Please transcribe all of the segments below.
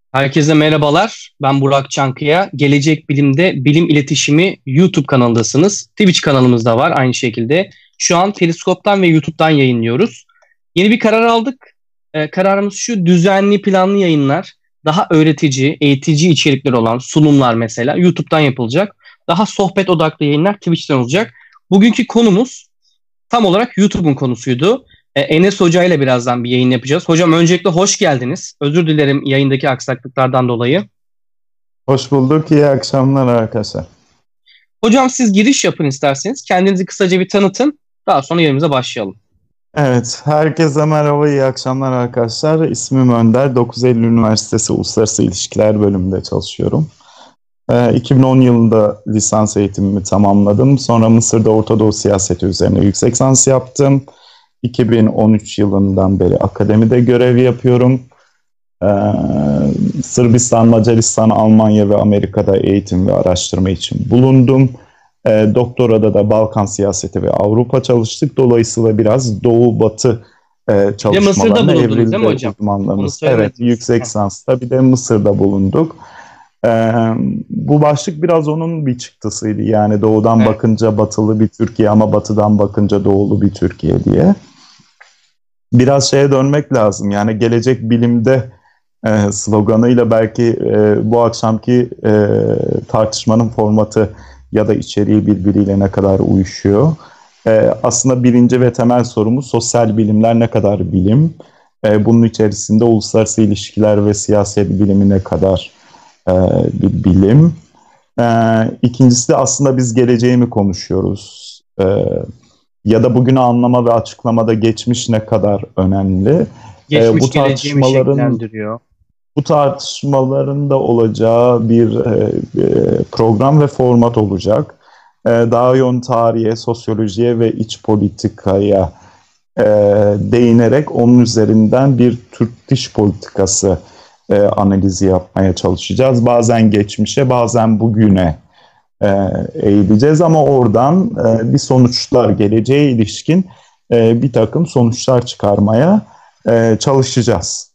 Herkese merhabalar. Ben Burak Çankaya. Gelecek Bilim'de Bilim İletişimi YouTube kanalındasınız. Twitch kanalımız da var aynı şekilde. Şu an Periskop'tan ve YouTube'dan yayınlıyoruz. Yeni bir karar aldık. Kararımız şu: düzenli, planlı yayınlar, daha öğretici, eğitici içerikler olan sunumlar mesela YouTube'dan yapılacak. Daha sohbet odaklı yayınlar Twitch'ten olacak. Bugünkü konumuz tam olarak YouTube'un konusuydu. Enes Hoca ile birazdan bir yayın yapacağız. Hocam öncelikle hoş geldiniz. Özür dilerim yayındaki aksaklıklardan dolayı. Hoş bulduk. İyi akşamlar arkadaşlar. Hocam siz giriş yapın isterseniz. Kendinizi kısaca bir tanıtın. Daha sonra yayınımıza başlayalım. Evet, herkese merhaba, iyi akşamlar arkadaşlar. İsmim Önder. 9 Eylül Üniversitesi Uluslararası İlişkiler bölümünde çalışıyorum. 2010 yılında lisans eğitimimi tamamladım. Sonra Mısır'da Orta Doğu siyaseti üzerine yüksek lisans yaptım. 2013 yılından beri akademide görev yapıyorum. Sırbistan, Macaristan, Almanya ve Amerika'da eğitim ve araştırma için bulundum. Doktorada da Balkan siyaseti ve Avrupa çalıştık. Dolayısıyla biraz Doğu-Batı çalışmalarına bulundunuz değil mi evrildi hocam? uzmanlığımız. Evet, yüksek lisansta bir de Mısır'da bulunduk. Bu başlık biraz onun bir çıktısıydı. Yani doğudan bakınca batılı bir Türkiye ama batıdan bakınca doğulu bir Türkiye diye. Biraz şeye dönmek lazım. Yani gelecek bilimde sloganıyla belki bu akşamki tartışmanın formatı ya da içeriği birbiriyle ne kadar uyuşuyor. Aslında birinci ve temel sorumuz sosyal bilimler ne kadar bilim? Bunun içerisinde uluslararası ilişkiler ve siyaset bilimi ne kadar bir bilim? İkincisi de aslında biz geleceği mi konuşuyoruz? Ya da bugünü anlama ve açıklamada geçmiş ne kadar önemli? Geçmiş geleceği mi şekillendiriyor? Bu tartışmaların da olacağı bir program ve format olacak. Daha yoğun tarihe, sosyolojiye ve iç politikaya değinerek onun üzerinden bir Türk dış politikası analizi yapmaya çalışacağız. Bazen geçmişe, bazen bugüne eğileceğiz ama oradan bir sonuçlar, geleceğe ilişkin bir takım sonuçlar çıkarmaya çalışacağız.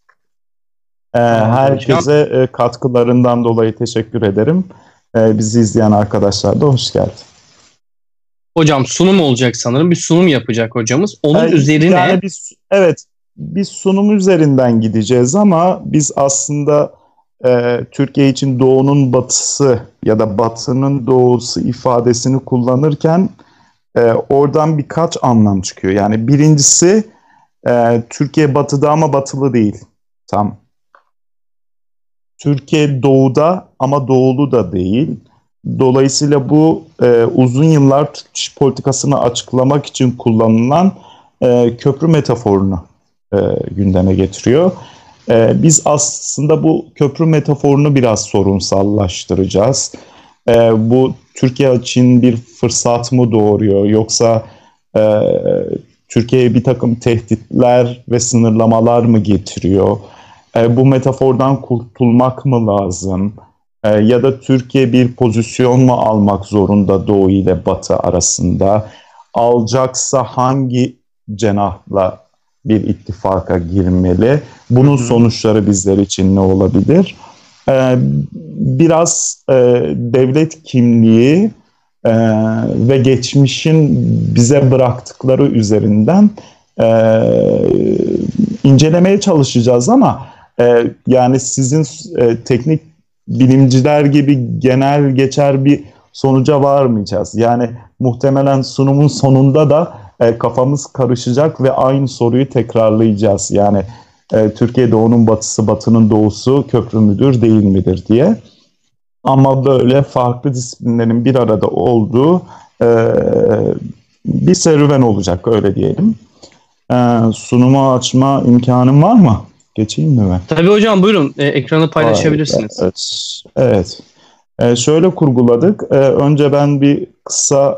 Herkese katkılarından dolayı teşekkür ederim. Bizi izleyen arkadaşlar da hoş geldi. Hocam sunum olacak sanırım. Bir sunum yapacak hocamız. Onun üzerine... Yani biz sunum üzerinden gideceğiz ama biz aslında Türkiye için doğunun batısı ya da batının doğusu ifadesini kullanırken oradan birkaç anlam çıkıyor. Yani birincisi Türkiye batıda ama batılı değil. Tam. Türkiye doğuda ama doğulu da değil. Dolayısıyla bu uzun yıllar Türk dış politikasını açıklamak için kullanılan köprü metaforunu gündeme getiriyor. Biz aslında bu köprü metaforunu biraz sorunsallaştıracağız. Bu Türkiye için bir fırsat mı doğuruyor yoksa Türkiye'ye bir takım tehditler ve sınırlamalar mı getiriyor? Bu metafordan kurtulmak mı lazım? Ya da Türkiye bir pozisyon mu almak zorunda Doğu ile Batı arasında? Alacaksa hangi cenahla bir ittifaka girmeli? Bunun sonuçları bizler için ne olabilir? Biraz devlet kimliği ve geçmişin bize bıraktıkları üzerinden incelemeye çalışacağız ama yani sizin teknik bilimciler gibi genel geçer bir sonuca varmayacağız. Yani muhtemelen sunumun sonunda da kafamız karışacak ve aynı soruyu tekrarlayacağız. Yani Türkiye doğunun batısı, batının doğusu köprü müdür, değil midir diye. Ama böyle farklı disiplinlerin bir arada olduğu bir serüven olacak, öyle diyelim. Sunumu açma imkanım var mı? Geçeyim mi ben? Tabii hocam, buyurun. Ekranı paylaşabilirsiniz. Evet. Şöyle kurguladık. Önce ben bir kısa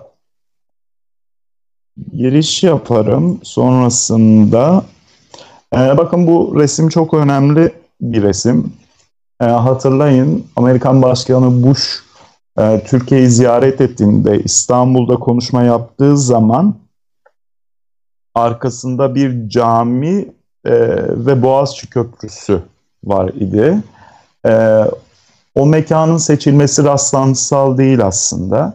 giriş yaparım. Sonrasında bakın, bu resim çok önemli bir resim. Hatırlayın, Amerikan Başkanı Bush Türkiye'yi ziyaret ettiğinde, İstanbul'da konuşma yaptığı zaman arkasında bir cami ve Boğaziçi Köprüsü var idi. O mekanın seçilmesi rastlantısal değil aslında.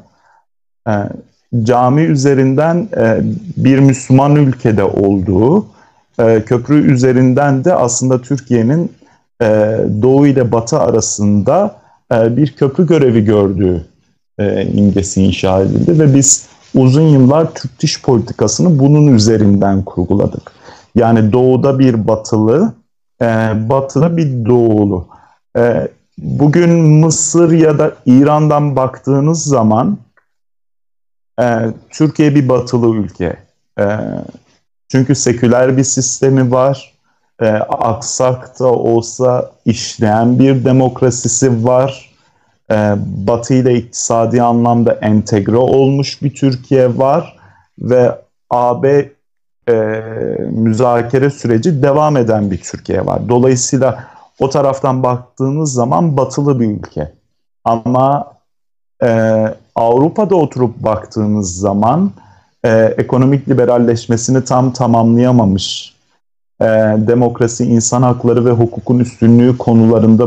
Cami üzerinden bir Müslüman ülkede olduğu, köprü üzerinden de aslında Türkiye'nin Doğu ile Batı arasında bir köprü görevi gördüğü imgesi inşa edildi ve biz uzun yıllar Türk dış politikasını bunun üzerinden kurguladık. Yani doğuda bir batılı, batıda bir doğulu. Bugün Mısır ya da İran'dan baktığınız zaman Türkiye bir batılı ülke. Çünkü seküler bir sistemi var. Aksak da olsa işleyen bir demokrasisi var. Batı ile iktisadi anlamda entegre olmuş bir Türkiye var. Ve AB müzakere süreci devam eden bir Türkiye var. Dolayısıyla o taraftan baktığınız zaman batılı bir ülke. Ama Avrupa'da oturup baktığınız zaman ekonomik liberalleşmesini tam tamamlayamamış, demokrasi, insan hakları ve hukukun üstünlüğü konularında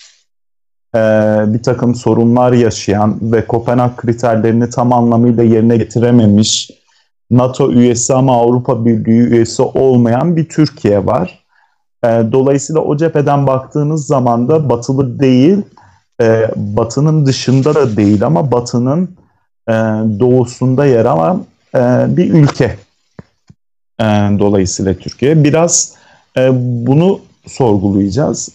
bir takım sorunlar yaşayan ve Kopenhag kriterlerini tam anlamıyla yerine getirememiş, NATO üyesi ama Avrupa Birliği üyesi olmayan bir Türkiye var. Dolayısıyla o cepheden baktığınız zaman da batılı değil, batının dışında da değil ama batının doğusunda yer alan bir ülke. Dolayısıyla Türkiye. Biraz bunu sorgulayacağız.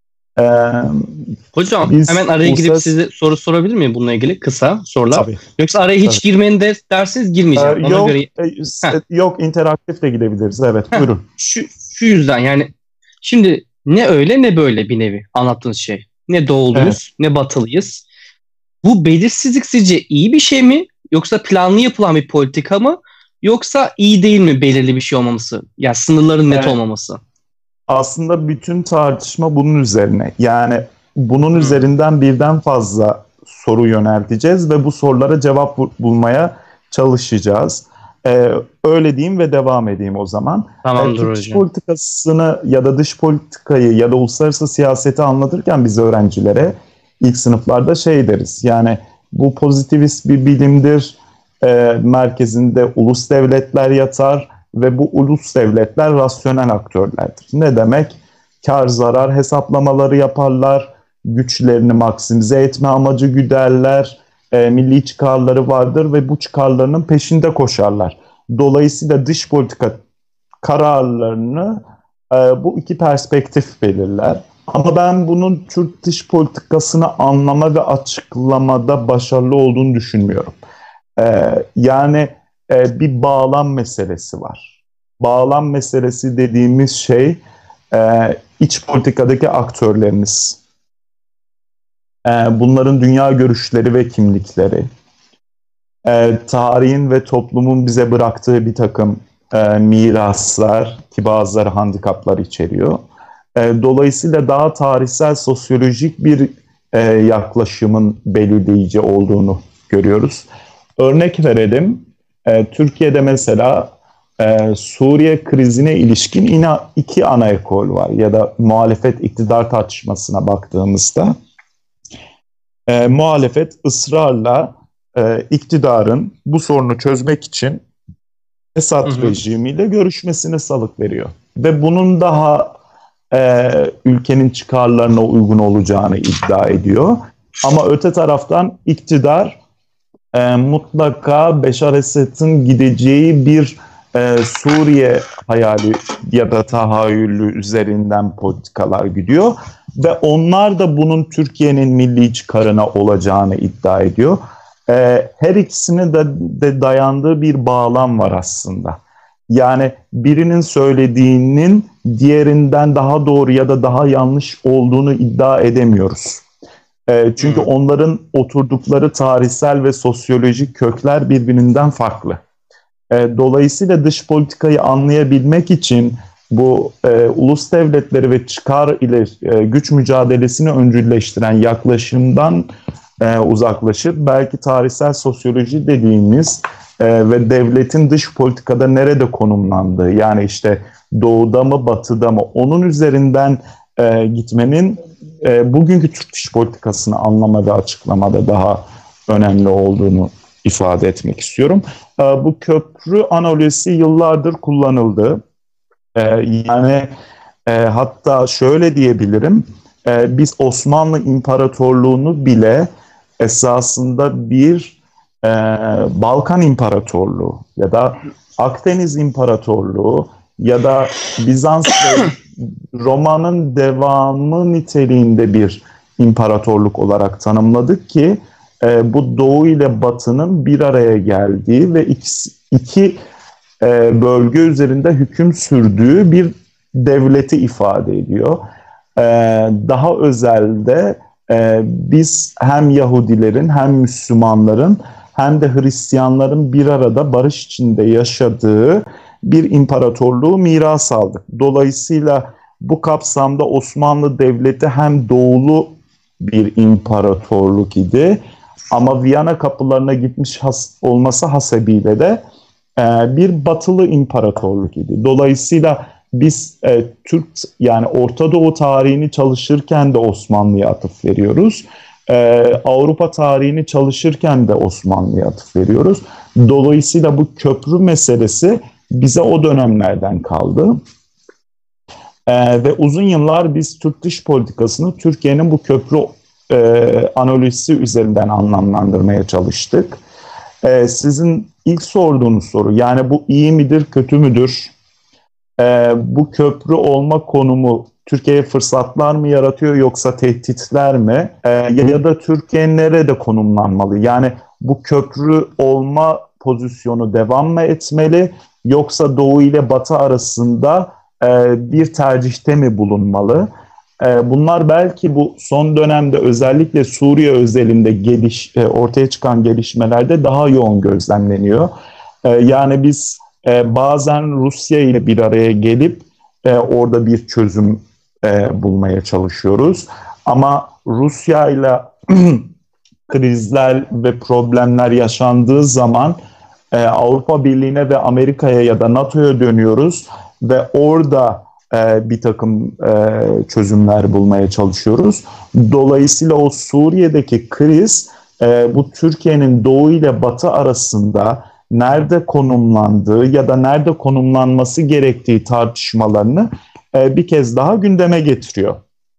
Hocam hemen araya girip size soru sorabilir miyim bununla ilgili? Kısa sorular. Tabii. Yoksa araya hiç girmeyin derseniz girmeyeceğim. Ona yok, göre... yok, interaktif de gidebiliriz. Evet, buyurun. Şu yüzden yani şimdi ne öyle ne böyle bir nevi anlattığınız şey. Ne doğuluyuz ne batılıyız. Bu belirsizlik sizce iyi bir şey mi? Yoksa planlı yapılan bir politika mı? Yoksa iyi değil mi belirli bir şey olmaması? Yani sınırların net olmaması. Aslında bütün tartışma bunun üzerine. Yani bunun üzerinden birden fazla soru yönelteceğiz ve bu sorulara cevap bulmaya çalışacağız. Öyle diyeyim ve devam edeyim o zaman. Tamamdır Dış politikasını ya da dış politikayı ya da uluslararası siyaseti anlatırken biz öğrencilere ilk sınıflarda şey deriz. Yani bu pozitivist bir bilimdir. Merkezinde ulus devletler yatar ve bu ulus devletler rasyonel aktörlerdir. Ne demek? Kar zarar hesaplamaları yaparlar, güçlerini maksimize etme amacı güderler, milli çıkarları vardır ve bu çıkarlarının peşinde koşarlar. Dolayısıyla dış politika kararlarını bu iki perspektif belirler. Ama ben bunun Türk dış politikasını anlama ve açıklamada başarılı olduğunu düşünmüyorum. Yani bir bağlam meselesi var. Bağlam meselesi dediğimiz şey iç politikadaki aktörlerimiz. Bunların dünya görüşleri ve kimlikleri. Tarihin ve toplumun bize bıraktığı bir takım miraslar ki bazıları handikaplar içeriyor. Dolayısıyla daha tarihsel, sosyolojik bir yaklaşımın belirleyici olduğunu görüyoruz. Örnek verelim, Türkiye'de mesela Suriye krizine ilişkin iki ana ekol var ya da muhalefet iktidar tartışmasına baktığımızda muhalefet ısrarla iktidarın bu sorunu çözmek için Esad rejimiyle görüşmesine salık veriyor. Ve bunun daha ülkenin çıkarlarına uygun olacağını iddia ediyor. Ama öte taraftan iktidar mutlaka Beşar Esad'ın gideceği bir Suriye hayali ya da tahayyülü üzerinden politikalar gidiyor. Ve onlar da bunun Türkiye'nin milli çıkarına olacağını iddia ediyor. Her ikisine de dayandığı bir bağlam var aslında. Yani birinin söylediğinin diğerinden daha doğru ya da daha yanlış olduğunu iddia edemiyoruz. Çünkü onların oturdukları tarihsel ve sosyolojik kökler birbirinden farklı. Dolayısıyla dış politikayı anlayabilmek için bu ulus devletleri ve çıkar ile güç mücadelesini öncülleştiren yaklaşımdan uzaklaşıp belki tarihsel sosyoloji dediğimiz ve devletin dış politikada nerede konumlandığı, yani işte doğuda mı batıda mı, onun üzerinden gitmenin bugünkü Türk dış politikasını anlamada, açıklamada daha önemli olduğunu ifade etmek istiyorum. Bu köprü analojisi yıllardır kullanıldı. Yani hatta şöyle diyebilirim, biz Osmanlı İmparatorluğu'nu bile esasında bir Balkan İmparatorluğu ya da Akdeniz İmparatorluğu ya da Bizans ve Roma'nın devamı niteliğinde bir imparatorluk olarak tanımladık ki bu Doğu ile Batı'nın bir araya geldiği ve iki bölge üzerinde hüküm sürdüğü bir devleti ifade ediyor. Daha özelde biz hem Yahudilerin hem Müslümanların hem de Hristiyanların bir arada barış içinde yaşadığı bir imparatorluğu miras aldık. Dolayısıyla bu kapsamda Osmanlı Devleti hem doğulu bir imparatorluk idi ama Viyana kapılarına gitmiş olması hasebiyle de bir batılı imparatorluk idi. Dolayısıyla biz Türk yani Orta Doğu tarihini çalışırken de Osmanlı'ya atıf veriyoruz. Avrupa tarihini çalışırken de Osmanlı'ya atıf veriyoruz. Dolayısıyla bu köprü meselesi bize o dönemlerden kaldı. Ve uzun yıllar biz Türk dış politikasını Türkiye'nin bu köprü analojisi üzerinden anlamlandırmaya çalıştık. Sizin ilk sorduğunuz soru, yani bu iyi midir, kötü müdür? Bu köprü olma konumu Türkiye'ye fırsatlar mı yaratıyor yoksa tehditler mi? Ya da Türkiye nerede konumlanmalı? Yani bu köprü olma pozisyonu devam mı etmeli yoksa Doğu ile Batı arasında bir tercihte mi bulunmalı? Bunlar belki bu son dönemde özellikle Suriye özelinde ortaya çıkan gelişmelerde daha yoğun gözlemleniyor. Yani biz bazen Rusya ile bir araya gelip orada bir çözüm bulmaya çalışıyoruz. Ama Rusya ile krizler ve problemler yaşandığı zaman Avrupa Birliği'ne ve Amerika'ya ya da NATO'ya dönüyoruz ve orada bir takım çözümler bulmaya çalışıyoruz. Dolayısıyla o Suriye'deki kriz bu Türkiye'nin Doğu ile Batı arasında nerede konumlandığı ya da nerede konumlanması gerektiği tartışmalarını bir kez daha gündeme getiriyor.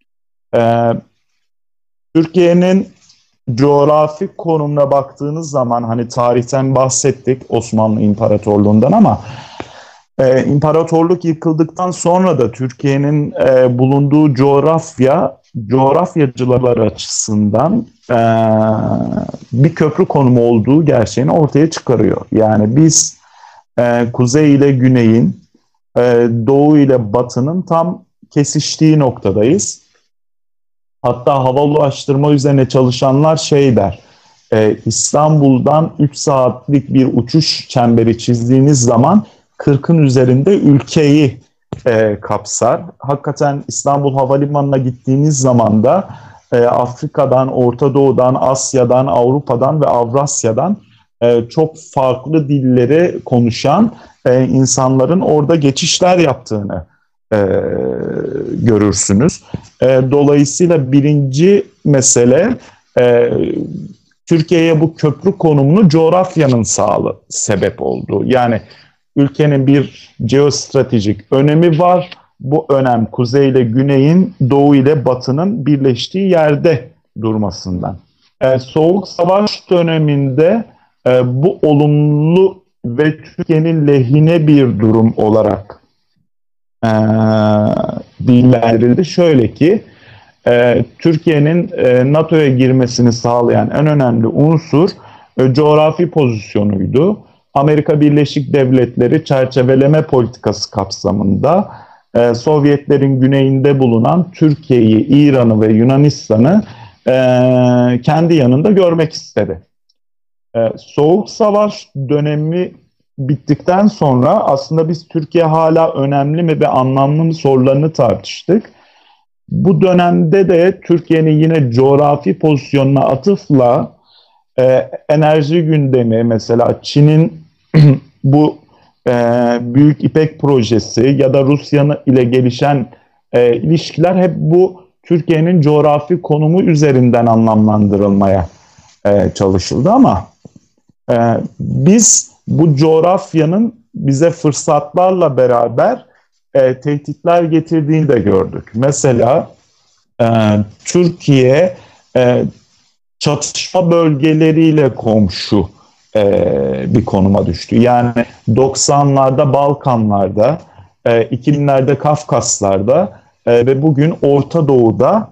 Türkiye'nin coğrafik konumuna baktığınız zaman hani tarihten bahsettik Osmanlı İmparatorluğu'ndan ama imparatorluk yıkıldıktan sonra da Türkiye'nin bulunduğu coğrafyacılar açısından bir köprü konumu olduğu gerçeğini ortaya çıkarıyor. Yani biz kuzey ile güneyin, doğu ile batının tam kesiştiği noktadayız. Hatta hava ulaştırma üzerine çalışanlar şey der, İstanbul'dan 3 saatlik bir uçuş çemberi çizdiğiniz zaman 40'ın üzerinde ülkeyi kapsar. Hakikaten İstanbul Havalimanı'na gittiğiniz zaman da Afrika'dan, Orta Doğu'dan, Asya'dan, Avrupa'dan ve Avrasya'dan çok farklı dilleri konuşan insanların orada geçişler yaptığını görürsünüz. Dolayısıyla birinci mesele Türkiye'ye bu köprü konumunu coğrafyanın sebep olduğu. Yani ülkenin bir jeostratejik önemi var. Bu önem kuzey ile güneyin, doğu ile batının birleştiği yerde durmasından. Soğuk Savaş döneminde bu olumlu ve Türkiye'nin lehine bir durum olarak dillendirildi. Şöyle ki Türkiye'nin NATO'ya girmesini sağlayan en önemli unsur coğrafi pozisyonuydu. Amerika Birleşik Devletleri çerçeveleme politikası kapsamında Sovyetlerin güneyinde bulunan Türkiye'yi, İran'ı ve Yunanistan'ı kendi yanında görmek istedi. Soğuk Savaş dönemi bittikten sonra aslında biz Türkiye hala önemli mi ve anlamlı mı sorularını tartıştık. Bu dönemde de Türkiye'nin yine coğrafi pozisyonuna atıfla enerji gündemi, mesela Çin'in bu Büyük İpek projesi ya da Rusya'nın ile gelişen ilişkiler hep bu Türkiye'nin coğrafi konumu üzerinden anlamlandırılmaya çalışıldı ama biz bu coğrafyanın bize fırsatlarla beraber tehditler getirdiğini de gördük. Mesela Türkiye çatışma bölgeleriyle komşu bir konuma düştü. Yani 90'larda Balkanlarda, 2000'lerde Kafkaslar'da ve bugün Orta Doğu'da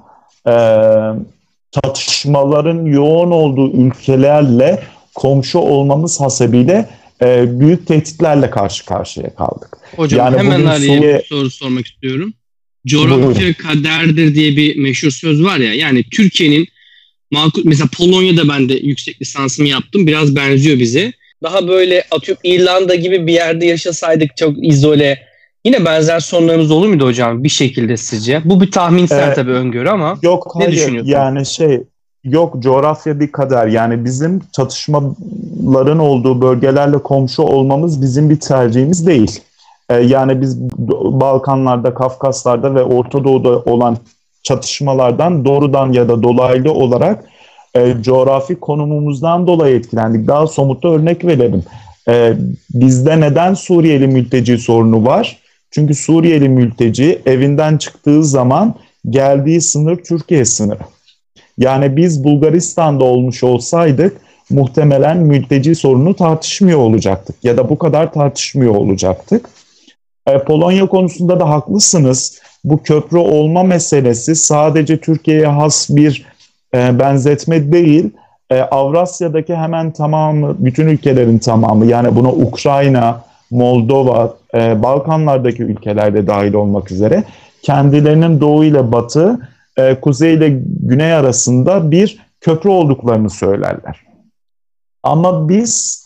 çatışmaların yoğun olduğu ülkelerle komşu olmamız hasebiyle büyük tehditlerle karşı karşıya kaldık. Hocam yani hemen araya bir soru sormak istiyorum. Coğrafya kaderdir diye bir meşhur söz var ya, yani Türkiye'nin mesela Polonya'da ben de yüksek lisansımı yaptım, biraz benziyor bize. Daha böyle atıyorum İrlanda gibi bir yerde yaşasaydık çok izole, yine benzer sorunlarımız olur muydu hocam bir şekilde sizce? Bu bir tahminsel tabii öngörü ama yok, ne düşünüyorsunuz? Yani yok, coğrafya bir kader. Yani bizim çatışmaların olduğu bölgelerle komşu olmamız bizim bir tercihimiz değil. Yani biz Balkanlarda, Kafkaslar'da ve Orta Doğu'da olan çatışmalardan doğrudan ya da dolaylı olarak coğrafi konumumuzdan dolayı etkilendik. Daha somut örnek verelim. Bizde neden Suriyeli mülteci sorunu var? Çünkü Suriyeli mülteci evinden çıktığı zaman geldiği sınır Türkiye sınırı. Yani biz Bulgaristan'da olmuş olsaydık muhtemelen mülteci sorunu tartışmıyor olacaktık ya da bu kadar tartışmıyor olacaktık. Polonya konusunda da haklısınız. Bu köprü olma meselesi sadece Türkiye'ye has bir benzetme değil. Avrasya'daki hemen tamamı, bütün ülkelerin tamamı, yani buna Ukrayna, Moldova, Balkanlardaki ülkeler de dahil olmak üzere kendilerinin doğu ile batı, kuzey ile güney arasında bir köprü olduklarını söylerler. Ama biz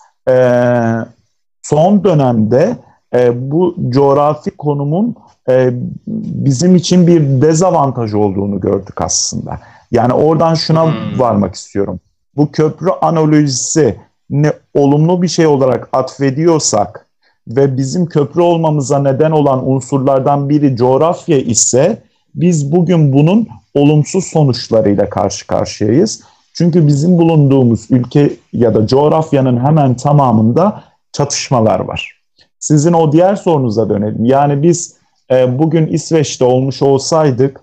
son dönemde bu coğrafi konumun bizim için bir dezavantaj olduğunu gördük aslında. Yani oradan şuna varmak istiyorum. Bu köprü analojisi ne olumlu bir şey olarak atfediyorsak ve bizim köprü olmamıza neden olan unsurlardan biri coğrafya ise biz bugün bunun olumsuz sonuçlarıyla karşı karşıyayız. Çünkü bizim bulunduğumuz ülke ya da coğrafyanın hemen tamamında çatışmalar var. Sizin o diğer sorunuza dönelim. Yani biz bugün İsveç'te olmuş olsaydık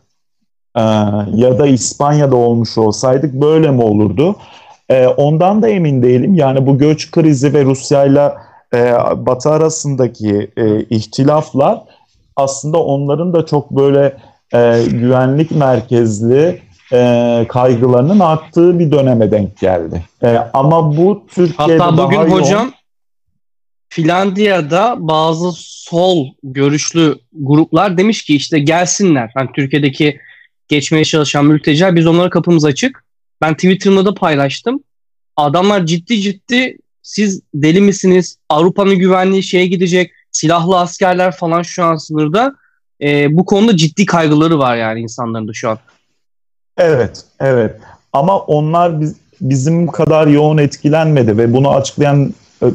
ya da İspanya'da olmuş olsaydık böyle mi olurdu? Ondan da emin değilim. Yani bu göç krizi ve Rusya'yla Batı arasındaki ihtilaflar aslında onların da çok böyle güvenlik merkezli kaygılarının arttığı bir döneme denk geldi. Ama bu Türkiye'de hatta bugün daha hocam Finlandiya'da bazı sol görüşlü gruplar demiş ki işte gelsinler. Hani Türkiye'deki geçmeye çalışan mülteciler, biz onlara kapımız açık. Ben Twitter'ımda da paylaştım. Adamlar ciddi ciddi siz deli misiniz? Avrupa'nın güvenliği şeye gidecek. Silahlı askerler falan şu an sınırda. Bu konuda ciddi kaygıları var yani insanların da şu an. Evet. Ama onlar bizim kadar yoğun etkilenmedi ve bunu açıklayan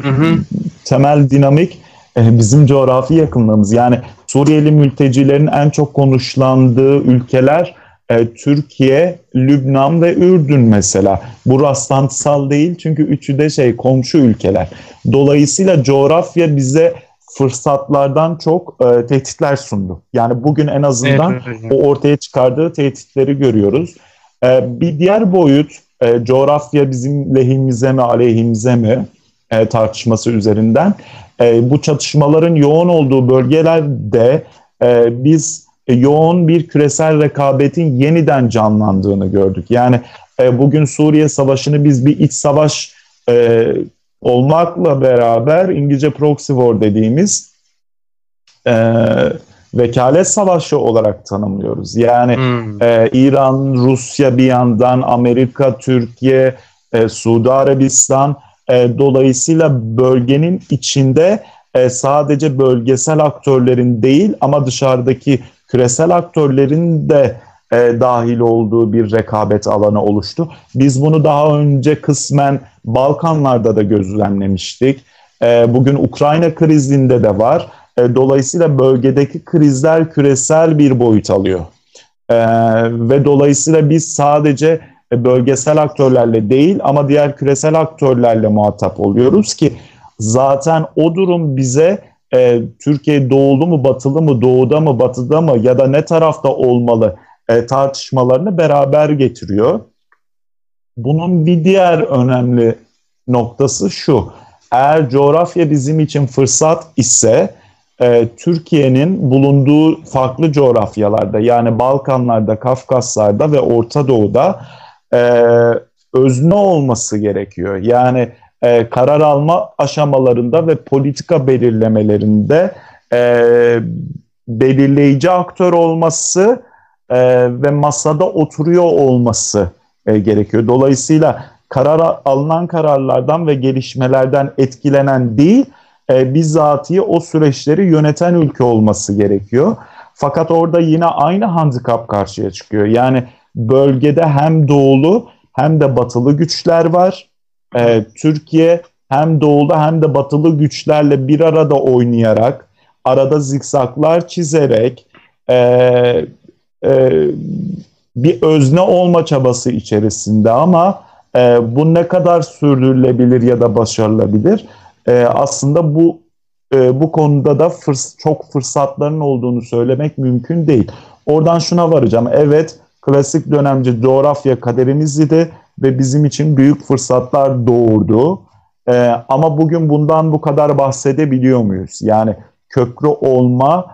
temel dinamik bizim coğrafi yakınlığımız. Yani Suriyeli mültecilerin en çok konuşlandığı ülkeler Türkiye, Lübnan ve Ürdün mesela. Bu rastlantısal değil çünkü üçü de komşu ülkeler. Dolayısıyla coğrafya bize fırsatlardan çok tehditler sundu. Yani bugün en azından o ortaya çıkardığı tehditleri görüyoruz. Bir diğer boyut coğrafya bizim lehimize mi aleyhimize mi tartışması üzerinden. Bu çatışmaların yoğun olduğu bölgelerde biz yoğun bir küresel rekabetin yeniden canlandığını gördük. Yani bugün Suriye Savaşı'nı biz bir iç savaş olmakla beraber İngilizce proxy war dediğimiz vekalet savaşı olarak tanımlıyoruz. Yani İran, Rusya bir yandan, Amerika, Türkiye, Suudi Arabistan, dolayısıyla bölgenin içinde sadece bölgesel aktörlerin değil ama dışarıdaki küresel aktörlerin de dahil olduğu bir rekabet alanı oluştu. Biz bunu daha önce kısmen Balkanlarda da gözlemlemiştik. Bugün Ukrayna krizinde de var. Dolayısıyla bölgedeki krizler küresel bir boyut alıyor. Ve dolayısıyla biz sadece bölgesel aktörlerle değil ama diğer küresel aktörlerle muhatap oluyoruz ki zaten o durum bize Türkiye doğulu mu batılı mı, doğuda mı batıda mı ya da ne tarafta olmalı tartışmalarını beraber getiriyor. Bunun bir diğer önemli noktası şu: eğer coğrafya bizim için fırsat ise Türkiye'nin bulunduğu farklı coğrafyalarda, yani Balkanlarda, Kafkaslar'da ve Orta Doğu'da özne olması gerekiyor. Yani karar alma aşamalarında ve politika belirlemelerinde belirleyici aktör olması ve masada oturuyor olması gerekiyor. Dolayısıyla alınan kararlardan ve gelişmelerden etkilenen değil, bizzatihi o süreçleri yöneten ülke olması gerekiyor. Fakat orada yine aynı handikap karşıya çıkıyor. Yani bölgede hem doğulu hem de batılı güçler var. Türkiye hem doğulu hem de batılı güçlerle bir arada oynayarak, arada zikzaklar çizerek bir özne olma çabası içerisinde, ama bu ne kadar sürdürülebilir ya da başarılabilir? Aslında bu konuda da çok fırsatların olduğunu söylemek mümkün değil. Oradan şuna varacağım. Evet, klasik dönemci coğrafya kaderimiz idi ve bizim için büyük fırsatlar doğurdu. Ama bugün bundan bu kadar bahsedebiliyor muyuz? Yani köprü olma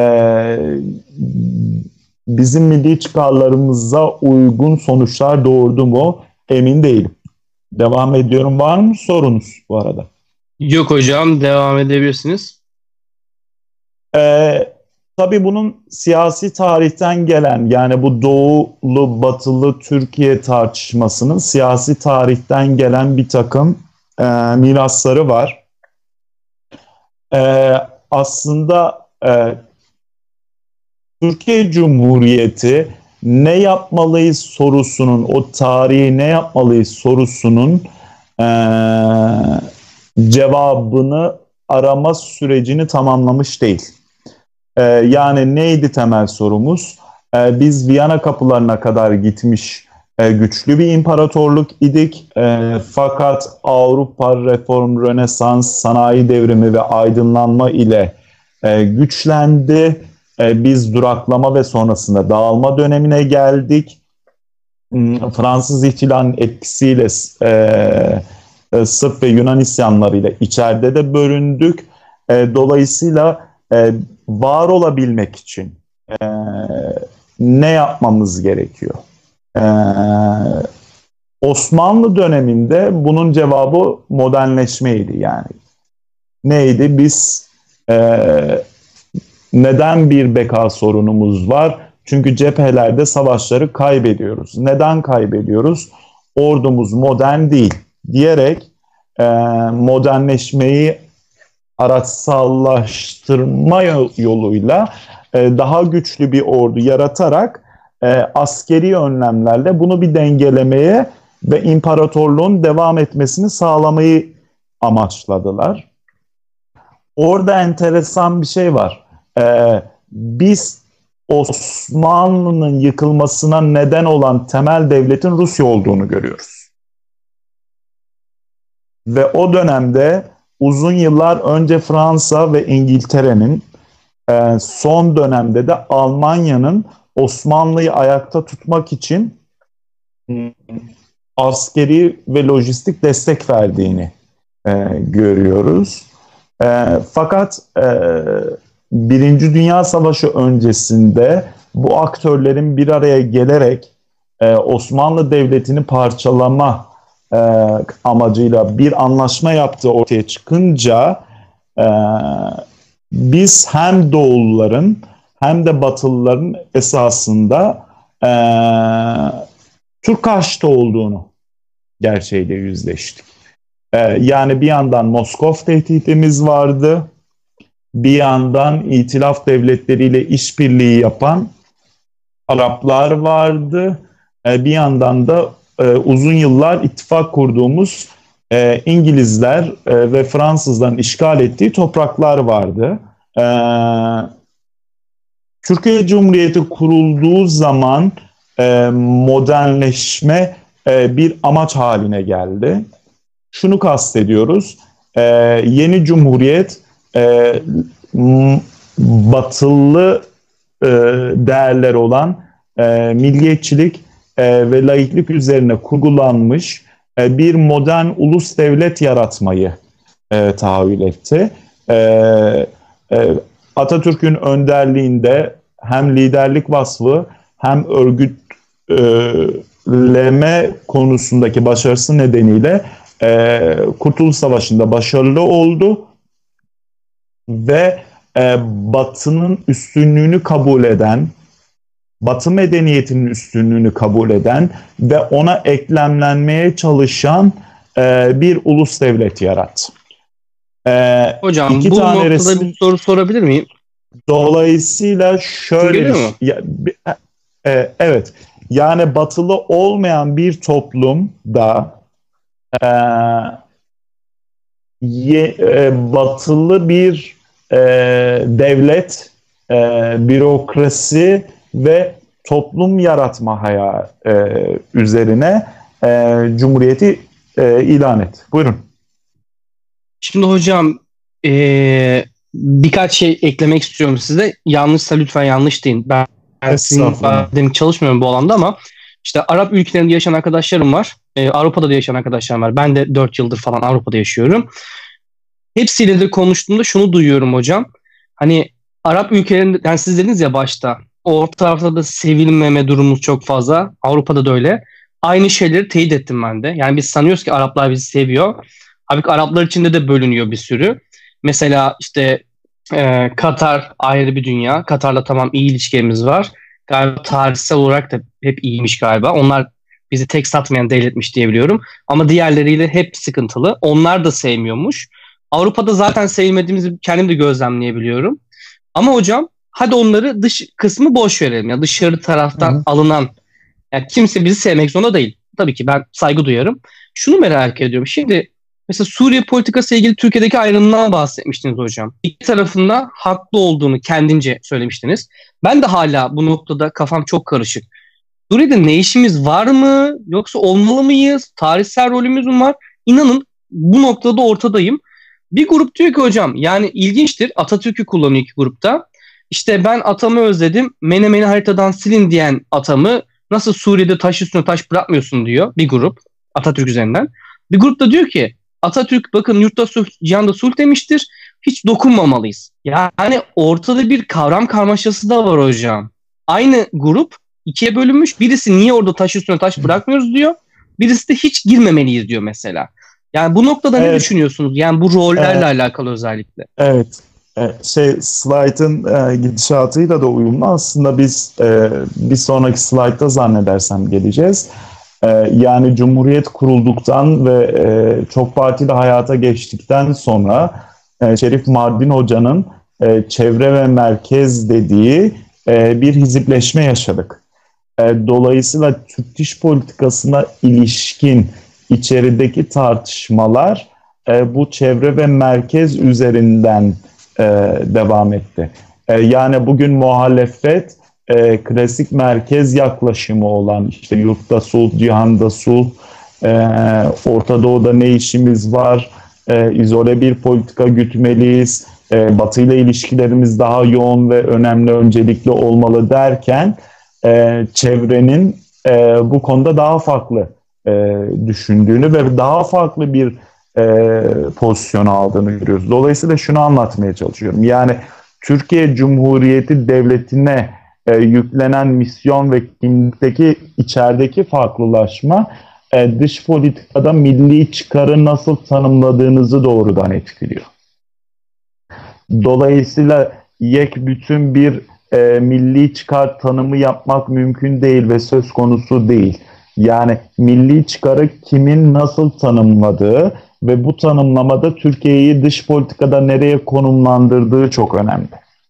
bizim milli çıkarlarımıza uygun sonuçlar doğurdu mu? Emin değilim. Devam ediyorum. Var mı sorunuz bu arada? Yok hocam, devam edebilirsiniz. Tabii bunun siyasi tarihten gelen, yani bu doğulu batılı Türkiye tartışmasının siyasi tarihten gelen bir takım mirasları var. Aslında Türkiye Cumhuriyeti ne yapmalıyız sorusunun, o tarihi ne yapmalıyız sorusunun cevabını arama sürecini tamamlamış değil. Yani neydi temel sorumuz? Biz Viyana kapılarına kadar gitmiş güçlü bir imparatorluk idik. Fakat Avrupa reform, Rönesans, sanayi devrimi ve aydınlanma ile güçlendi. Biz duraklama ve sonrasında dağılma dönemine geldik. Fransız ihtilalinin etkisiyle Sırp ve Yunan isyanlarıyla içeride de bölündük. Dolayısıyla var olabilmek için ne yapmamız gerekiyor? Osmanlı döneminde bunun cevabı modernleşmeydi yani. Neydi? Biz neden bir beka sorunumuz var? Çünkü cephelerde savaşları kaybediyoruz. Neden kaybediyoruz? Ordumuz modern değil diyerek modernleşmeyi araçsallaştırma yoluyla daha güçlü bir ordu yaratarak askeri önlemlerle bunu bir dengelemeye ve imparatorluğun devam etmesini sağlamayı amaçladılar. Orada enteresan bir şey var. Biz Osmanlı'nın yıkılmasına neden olan temel devletin Rusya olduğunu görüyoruz. Ve o dönemde uzun yıllar önce Fransa ve İngiltere'nin, son dönemde de Almanya'nın Osmanlı'yı ayakta tutmak için askeri ve lojistik destek verdiğini görüyoruz. Fakat Birinci Dünya Savaşı öncesinde bu aktörlerin bir araya gelerek Osmanlı Devleti'ni parçalama amacıyla bir anlaşma yaptığı ortaya çıkınca biz hem Doğulların hem de Batılıların esasında Türk karşıtı olduğunu gerçeğiyle yüzleştik. Yani bir yandan Moskov tehditimiz vardı, bir yandan İtilaf devletleriyle işbirliği yapan Araplar vardı, bir yandan da uzun yıllar ittifak kurduğumuz İngilizler ve Fransızların işgal ettiği topraklar vardı. Türkiye Cumhuriyeti kurulduğu zaman modernleşme bir amaç haline geldi. Şunu kastediyoruz. Yeni Cumhuriyet batılı değerler olan milliyetçilik ve laiklik üzerine kurgulanmış bir modern ulus devlet yaratmayı tahayyül etti. Atatürk'ün önderliğinde hem liderlik vasfı hem örgütleme konusundaki başarısı nedeniyle Kurtuluş Savaşı'nda başarılı oldu ve Batı'nın üstünlüğünü kabul eden, Batı medeniyetinin üstünlüğünü kabul eden ve ona eklemlenmeye çalışan bir ulus devlet yarattı. Hocam bu noktada bir soru sorabilir miyim? Dolayısıyla şöyle evet, yani batılı olmayan bir toplumda batılı bir devlet, bürokrasi ve toplum yaratma üzerine Cumhuriyeti ilan et. Buyurun. Şimdi hocam birkaç şey eklemek istiyorum size. Yanlışsa lütfen yanlış deyin. Ben sizin çalışmıyorum bu alanda ama işte Arap ülkelerinde yaşayan arkadaşlarım var. Avrupa'da da yaşayan arkadaşlarım var. Ben de 4 yıldır falan Avrupa'da yaşıyorum. Hepsiyle de konuştuğumda şunu duyuyorum hocam. Hani Arap ülkelerinde, yani siz dediniz ya başta, o tarafta da sevilmeme durumumuz çok fazla. Avrupa'da da öyle. Aynı şeyleri teyit ettim ben de. Yani biz sanıyoruz ki Araplar bizi seviyor. Halbuki Araplar içinde de bölünüyor bir sürü. Mesela işte Katar ayrı bir dünya. Katar'la tamam iyi ilişkilerimiz var. Galiba tarihsel olarak da hep iyiymiş galiba. Onlar bizi tek satmayan devletmiş diye biliyorum. Ama diğerleriyle hep sıkıntılı. Onlar da sevmiyormuş. Avrupa'da zaten sevmediğimizi kendim de gözlemleyebiliyorum. Ama hocam hadi onları dış kısmı boş verelim. Ya dışarı taraftan alınan, yani kimse bizi sevmek zorunda değil. Tabii ki ben saygı duyarım. Şunu merak ediyorum. Şimdi mesela Suriye politikası ile ilgili Türkiye'deki ayrımından bahsetmiştiniz hocam. İki tarafında haklı olduğunu kendince söylemiştiniz. Ben de hala bu noktada kafam çok karışık. Suriye'de ne işimiz var mı? Yoksa olmalı mıyız? Tarihsel rolümüz mü var? İnanın bu noktada ortadayım. Bir grup diyor ki hocam, yani ilginçtir, Atatürk'ü kullanıyor iki grupta. İşte ben atamı özledim, Menemen'i haritadan silin diyen atamı nasıl Suriye'de taş üstüne taş bırakmıyorsun diyor bir grup Atatürk üzerinden. Bir grup da diyor ki Atatürk bakın yurtta sulh, cihanda sulh demiştir, hiç dokunmamalıyız. Yani ortada bir kavram karmaşası da var hocam. Aynı grup ikiye bölünmüş. Birisi niye orada taş üstüne taş bırakmıyoruz diyor. Birisi de hiç girmemeliyiz diyor mesela. Yani bu noktada ne düşünüyorsunuz? Yani bu rollerle alakalı özellikle. Evet. Slide'ın gidişatıyla da uyumlu. Aslında biz bir sonraki slide'da zannedersem geleceğiz. Yani Cumhuriyet kurulduktan ve çok partili hayata geçtikten sonra Şerif Mardin Hoca'nın çevre ve merkez dediği bir hizipleşme yaşadık. Dolayısıyla Türk dış politikasına ilişkin içerideki tartışmalar bu çevre ve merkez üzerinden devam etti. Yani bugün muhalefet klasik merkez yaklaşımı olan işte yurtta sulh, cihanda sulh, Orta Doğu'da ne işimiz var, izole bir politika gütmeliyiz, Batı ile ilişkilerimiz daha yoğun ve önemli, öncelikli olmalı derken çevrenin bu konuda daha farklı düşündüğünü ve daha farklı bir pozisyon aldığını görüyoruz. Dolayısıyla şunu anlatmaya çalışıyorum. Yani Türkiye Cumhuriyeti Devleti'ne yüklenen misyon ve kimlikteki içerideki farklılaşma dış politikada milli çıkarı nasıl tanımladığınızı doğrudan etkiliyor. Dolayısıyla bütün bir milli çıkar tanımı yapmak mümkün değil ve söz konusu değil. Yani milli çıkarı kimin nasıl tanımladığı ve bu tanımlamada Türkiye'yi dış politikada nereye konumlandırdığı çok önemli.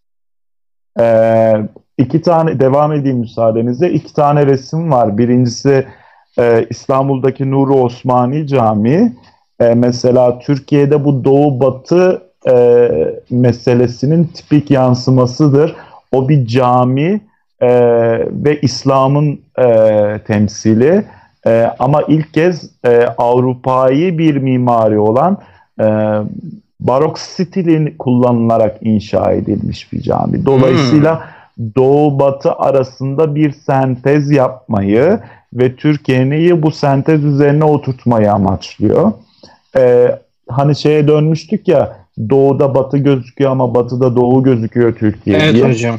İki tane, devam edeyim müsaadenizle. 2 tane resim var. Birincisi İstanbul'daki Nuri Osmani Camii. Mesela Türkiye'de bu Doğu-Batı meselesinin tipik yansımasıdır. O bir cami ve İslam'ın temsili. Ama ilk kez Avrupa'yı bir mimari olan e, barok stilini kullanılarak inşa edilmiş bir cami. Dolayısıyla Doğu Batı arasında bir sentez yapmayı ve Türkiye'yi bu sentez üzerine oturtmayı amaçlıyor. Hani şeye dönmüştük ya, Doğu'da Batı gözüküyor ama Batı'da Doğu gözüküyor Türkiye Evet diye. hocam.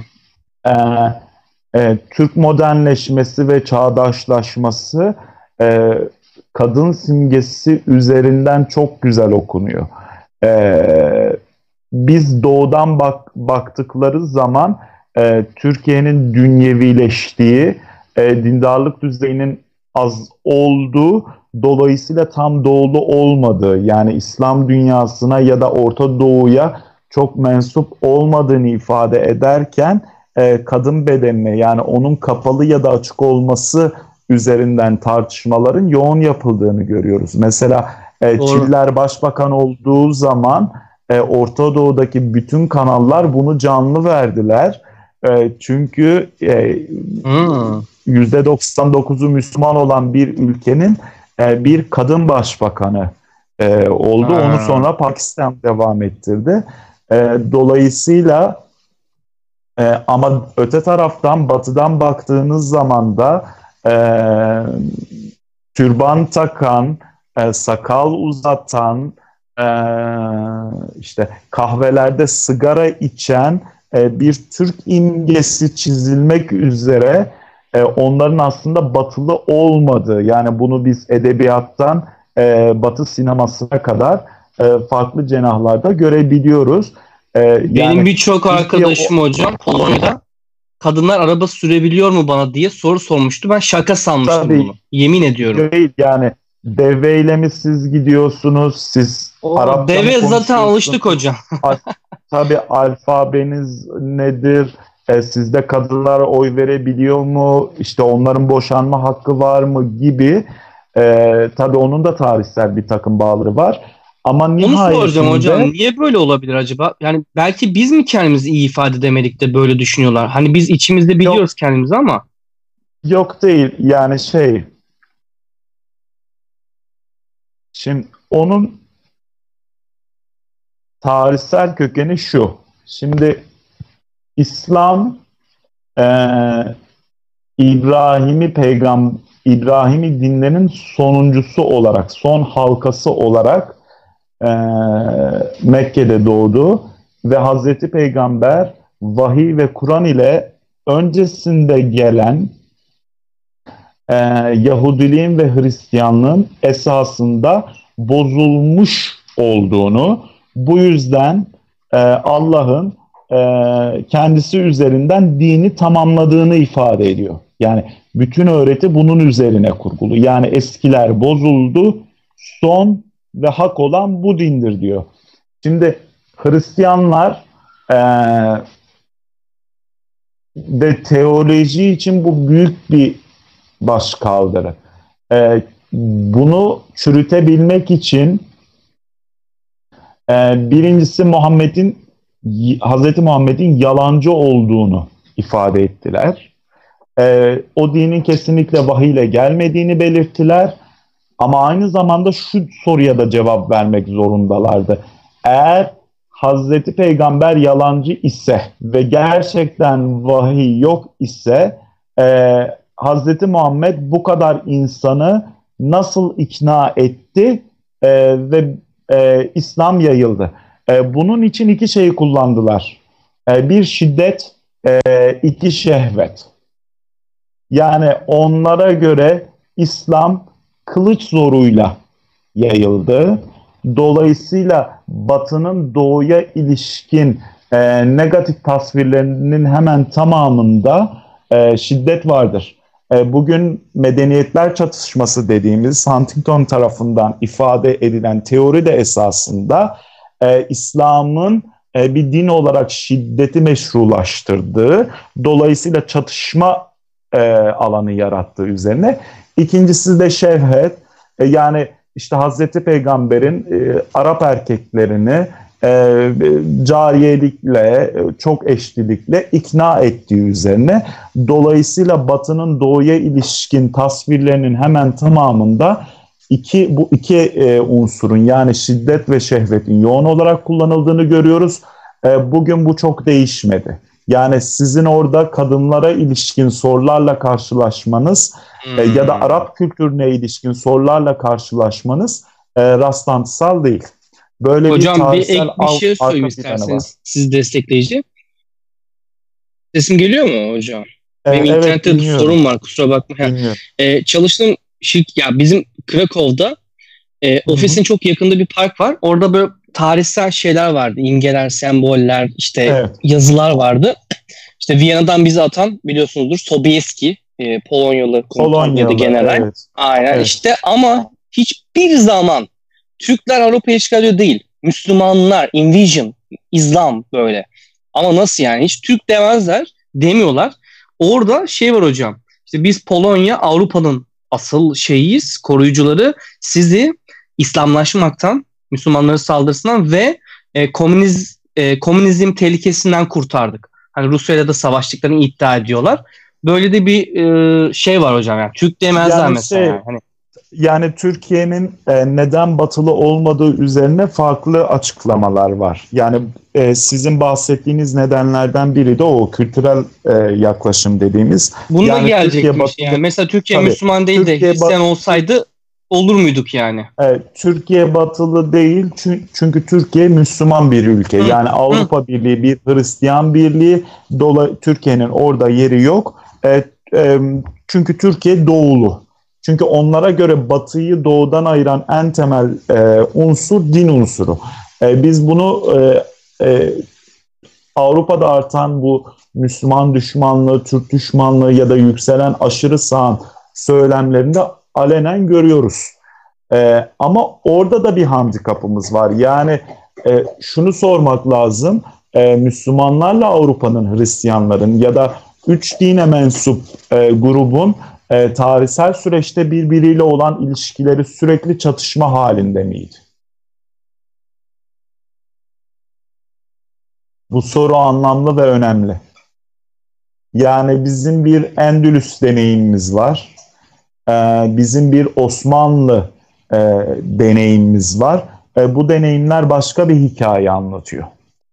Türk modernleşmesi ve çağdaşlaşması kadın simgesi üzerinden çok güzel okunuyor. Biz doğudan baktıkları zaman Türkiye'nin dünyevileştiği, dindarlık düzeyinin az olduğu, dolayısıyla tam doğulu olmadığı, yani İslam dünyasına ya da Orta Doğu'ya çok mensup olmadığını ifade ederken kadın bedenine, yani onun kapalı ya da açık olması üzerinden tartışmaların yoğun yapıldığını görüyoruz. Mesela Çiller Başbakan olduğu zaman Orta Doğu'daki bütün kanallar bunu canlı verdiler. Çünkü %99'u Müslüman olan bir ülkenin bir kadın başbakanı oldu. Onu sonra Pakistan devam ettirdi. Dolayısıyla ama öte taraftan batıdan baktığınız zaman da türban takan, sakal uzatan, işte kahvelerde sigara içen bir Türk imgesi çizilmek üzere onların aslında batılı olmadığı, yani bunu biz edebiyattan Batı sinemasına kadar farklı cenahlarda görebiliyoruz. Benim Yani birçok arkadaşım hocam Polonya'da kadınlar araba sürebiliyor mu bana diye soru sormuştu. Ben şaka sanmıştım bunu. Yemin ediyorum. Değil yani, deveyle mi siz gidiyorsunuz? Siz Arapça deve zaten alıştık hocam. Tabii alfabeniz nedir? Sizde kadınlar oy verebiliyor mu? İşte onların boşanma hakkı var mı gibi. Tabii onun da tarihsel bir takım bağları var. Ama nihayetinde... Onu soracağım hocam. Niye böyle olabilir acaba? Yani belki biz mi kendimizi iyi ifade edemedik de böyle düşünüyorlar? Hani biz içimizde biliyoruz kendimizi ama. Yok değil. Yani şimdi onun tarihsel kökeni şu. Şimdi İslam İbrahimi dinlerinin sonuncusu olarak, son halkası olarak Mekke'de doğdu ve Hazreti Peygamber vahiy ve Kur'an ile öncesinde gelen Yahudiliğin ve Hristiyanlığın esasında bozulmuş olduğunu, bu yüzden Allah'ın kendisi üzerinden dini tamamladığını ifade ediyor. Yani bütün öğreti bunun üzerine kurgulu. Yani eskiler bozuldu, son ve hak olan bu dindir diyor. Şimdi Hristiyanlar ve teoloji için bu büyük bir başkaldırı. Bunu çürütebilmek için birincisi Hazreti Muhammed'in yalancı olduğunu ifade ettiler. O dinin kesinlikle vahiy ile gelmediğini belirttiler. Ama aynı zamanda şu soruya da cevap vermek zorundalardı. Eğer Hazreti Peygamber yalancı ise ve gerçekten vahiy yok ise Hazreti Muhammed bu kadar insanı nasıl ikna etti ve İslam yayıldı? Bunun için iki şeyi kullandılar. Bir şiddet, iki şehvet. Yani onlara göre İslam kılıç zoruyla yayıldı. Dolayısıyla Batı'nın Doğu'ya ilişkin negatif tasvirlerinin hemen tamamında şiddet vardır. Bugün medeniyetler çatışması dediğimiz Huntington tarafından ifade edilen teori de esasında İslam'ın bir din olarak şiddeti meşrulaştırdığı, dolayısıyla çatışma alanı yarattığı üzerine. İkincisi de şehvet, yani işte Hazreti Peygamber'in Arap erkeklerini cariyelikle, çok eşlilikle ikna ettiği üzerine. Dolayısıyla Batı'nın doğuya ilişkin tasvirlerinin hemen tamamında bu iki unsurun, yani şiddet ve şehvetin yoğun olarak kullanıldığını görüyoruz. Bugün bu çok değişmedi. Yani sizin orada kadınlara ilişkin sorularla karşılaşmanız ya da Arap kültürüne ilişkin sorularla karşılaşmanız rastlantısal değil. Böyle hocam bir ek bir şey söyleyeyim isterseniz, siz destekleyici. Sesim geliyor mu hocam? Benim evet, internette bir sorun var, kusura bakma. Çalıştığım ya bizim Krakow'da ofisin çok yakında bir park var. Orada böyle tarihsel şeyler vardı. İmgeler, semboller, işte yazılar vardı. İşte Viyana'dan bizi atan biliyorsunuzdur Sobieski, Polonyalı general. Evet. Aynen işte, ama hiçbir zaman Türkler Avrupa'ya işgal ediyor değil. Müslümanlar, invasion, İslam böyle. Ama nasıl yani? Hiç Türk demiyorlar. Orada şey var hocam. İşte biz Polonya Avrupa'nın asıl şeyiyiz, koruyucuları. Sizi İslamlaşmaktan, Müslümanların saldırısından ve komünizm tehlikesinden kurtardık. Hani Rusya'yla da savaştıklarını iddia ediyorlar. Böyle de bir şey var hocam. Yani Türk demezler mesela. Yani Türkiye'nin neden batılı olmadığı üzerine farklı açıklamalar var. Yani sizin bahsettiğiniz nedenlerden biri de o kültürel yaklaşım dediğimiz. Bunu da gelecekmiş. Yani mesela Türkiye Müslüman değil de Hristiyan olsaydı olur muyduk yani? Türkiye batılı değil çünkü Türkiye Müslüman bir ülke. Yani Avrupa Birliği bir Hristiyan birliği. Türkiye'nin orada yeri yok. Çünkü Türkiye doğulu. Çünkü onlara göre Batı'yı Doğu'dan ayıran en temel unsur din unsuru. Biz bunu Avrupa'da artan bu Müslüman düşmanlığı, Türk düşmanlığı ya da yükselen aşırı sağın söylemlerinde alenen görüyoruz. Ama orada da bir handikapımız var. Yani şunu sormak lazım. Müslümanlarla Avrupa'nın, Hristiyanların ya da üç dine mensup grubun tarihsel süreçte birbiriyle olan ilişkileri sürekli çatışma halinde miydi? Bu soru anlamlı ve önemli. Yani bizim bir Endülüs deneyimimiz var. Bizim bir Osmanlı deneyimimiz var. Bu deneyimler başka bir hikaye anlatıyor.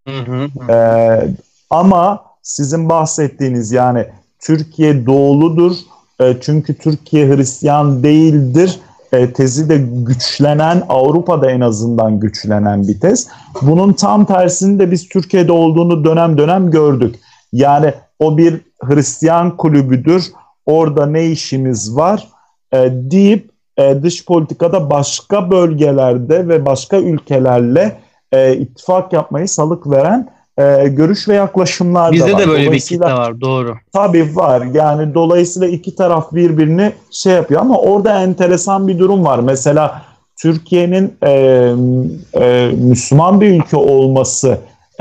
Ama sizin bahsettiğiniz, yani Türkiye doğuludur çünkü Türkiye Hristiyan değildir tezi de güçlenen, Avrupa'da en azından güçlenen bir tez. Bunun tam tersini de biz Türkiye'de olduğunu dönem dönem gördük. Yani o bir Hristiyan kulübüdür, orada ne işimiz var deyip dış politikada başka bölgelerde ve başka ülkelerle ittifak yapmayı salık veren görüş ve yaklaşımlar da var. Bizde de böyle bir kitle var, doğru. Tabii var. Yani dolayısıyla iki taraf birbirini şey yapıyor ama orada enteresan bir durum var. Mesela Türkiye'nin Müslüman bir ülke olması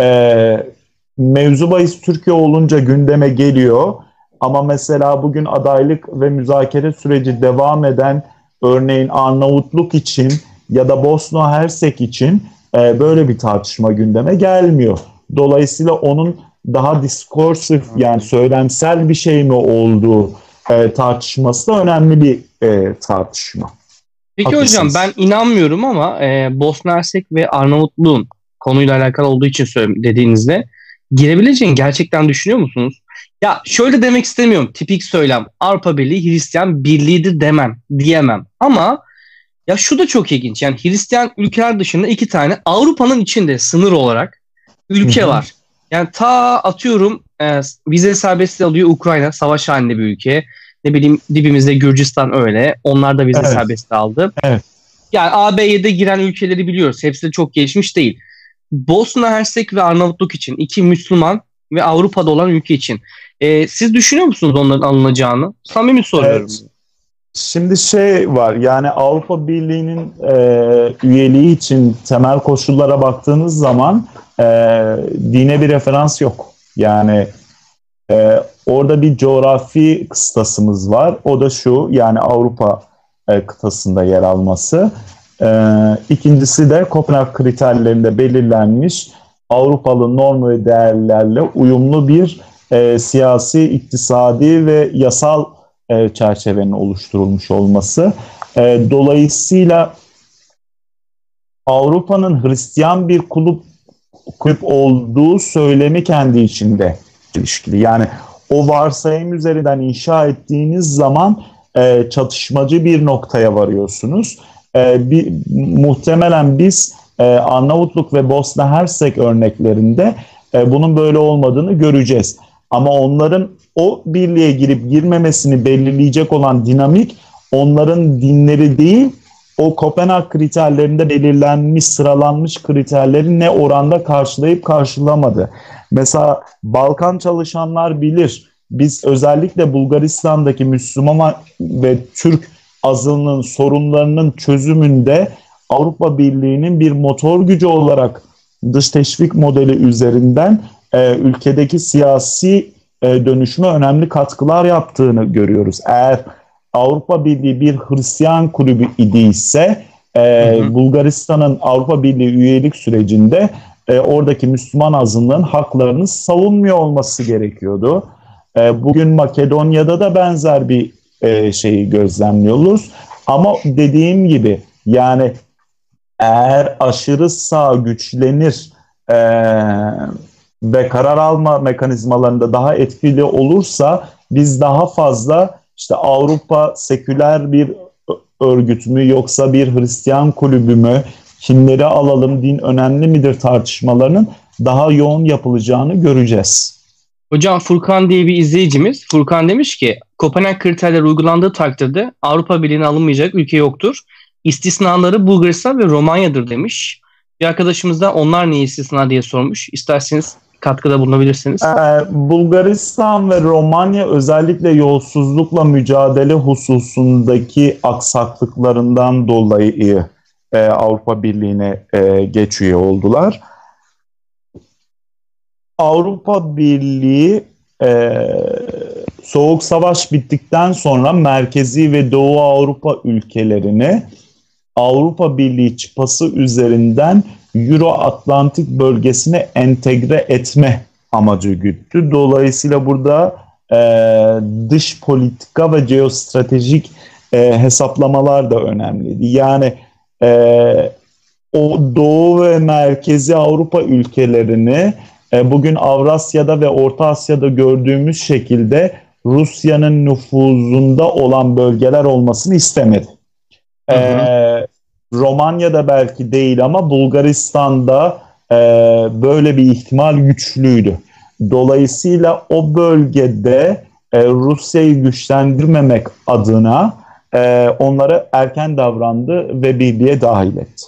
mevzu bahis Türkiye olunca gündeme geliyor. Ama mesela bugün adaylık ve müzakere süreci devam eden örneğin Arnavutluk için ya da Bosna Hersek için böyle bir tartışma gündeme gelmiyor. Dolayısıyla onun daha diskursif, yani söylemsel bir şey mi olduğu tartışması da önemli bir tartışma. Peki hocam, ben inanmıyorum ama Bosna Hersek ve Arnavutluğun konuyla alakalı olduğu için dediğinizde girebileceğini gerçekten düşünüyor musunuz? Ya şöyle demek istemiyorum, tipik söylem Avrupa Birliği Hristiyan birliğidir diyemem ama ya şu da çok ilginç, yani Hristiyan ülkeler dışında iki tane Avrupa'nın içinde sınır olarak ülke var. Yani atıyorum vize serbestliği alıyor Ukrayna, savaş halinde bir ülke. Ne bileyim dibimizde Gürcistan öyle. Onlar da vize serbestliği aldı. Evet. Yani AB'ye de giren ülkeleri biliyoruz. Hepsi de çok gelişmiş değil. Bosna Hersek ve Arnavutluk için, iki Müslüman ve Avrupa'da olan ülke için. Siz düşünüyor musunuz onların alınacağını? Samimi soruyorum. Evet. Şimdi şey var, yani Avrupa Birliği'nin üyeliği için temel koşullara baktığınız zaman dine bir referans yok. Yani orada bir coğrafi kıstasımız var. O da şu, yani Avrupa kıtasında yer alması. İkincisi de Kopenhag kriterlerinde belirlenmiş Avrupalı norm ve değerlerle uyumlu bir siyasi, iktisadi ve yasal çerçevenin oluşturulmuş olması. Dolayısıyla Avrupa'nın Hristiyan bir kulüp olduğu söylemi kendi içinde ilişkili. Yani o varsayım üzerinden inşa ettiğiniz zaman çatışmacı bir noktaya varıyorsunuz. Muhtemelen biz Arnavutluk ve Bosna Hersek örneklerinde bunun böyle olmadığını göreceğiz. Ama onların o birliğe girip girmemesini belirleyecek olan dinamik onların dinleri değil, o Kopenhag kriterlerinde belirlenmiş, sıralanmış kriterleri ne oranda karşılayıp karşılamadı. Mesela Balkan çalışanlar bilir. Biz özellikle Bulgaristan'daki Müslüman ve Türk azınlığın sorunlarının çözümünde Avrupa Birliği'nin bir motor gücü olarak dış teşvik modeli üzerinden ülkedeki siyasi dönüşüme önemli katkılar yaptığını görüyoruz. Eğer Avrupa Birliği bir Hristiyan kulübü idiyse Bulgaristan'ın Avrupa Birliği üyelik sürecinde oradaki Müslüman azınlığın haklarını savunmuyor olması gerekiyordu. Bugün Makedonya'da da benzer bir şeyi gözlemliyoruz. Ama dediğim gibi yani eğer aşırı sağ güçlenir ve karar alma mekanizmalarında daha etkili olursa biz daha fazla işte Avrupa seküler bir örgüt mü yoksa bir Hristiyan kulübü mü, kimleri alalım, din önemli midir tartışmalarının daha yoğun yapılacağını göreceğiz. Hocam Furkan diye bir izleyicimiz, Furkan demiş ki Kopenhag kriterleri uygulandığı takdirde Avrupa Birliği'ne alınmayacak ülke yoktur. İstisnaları Bulgaristan ve Romanya'dır demiş. Bir arkadaşımız da onlar niye istisna diye sormuş. İsterseniz katkıda bulunabilirsiniz. Bulgaristan ve Romanya özellikle yolsuzlukla mücadele hususundaki aksaklıklarından dolayı Avrupa Birliği'ne geç üye oldular. Avrupa Birliği Soğuk Savaş bittikten sonra Merkezi ve Doğu Avrupa ülkelerini Avrupa Birliği çıpası üzerinden Euro-Atlantik bölgesine entegre etme amacı güttü. Dolayısıyla burada dış politika ve jeostratejik hesaplamalar da önemliydi. Yani o Doğu ve Merkezi Avrupa ülkelerini bugün Avrasya'da ve Orta Asya'da gördüğümüz şekilde Rusya'nın nüfuzunda olan bölgeler olmasını istemedi. Romanya'da belki değil ama Bulgaristan'da böyle bir ihtimal güçlüydü. Dolayısıyla o bölgede Rusya'yı güçlendirmemek adına onlara erken davrandı ve birliğe dahil etti.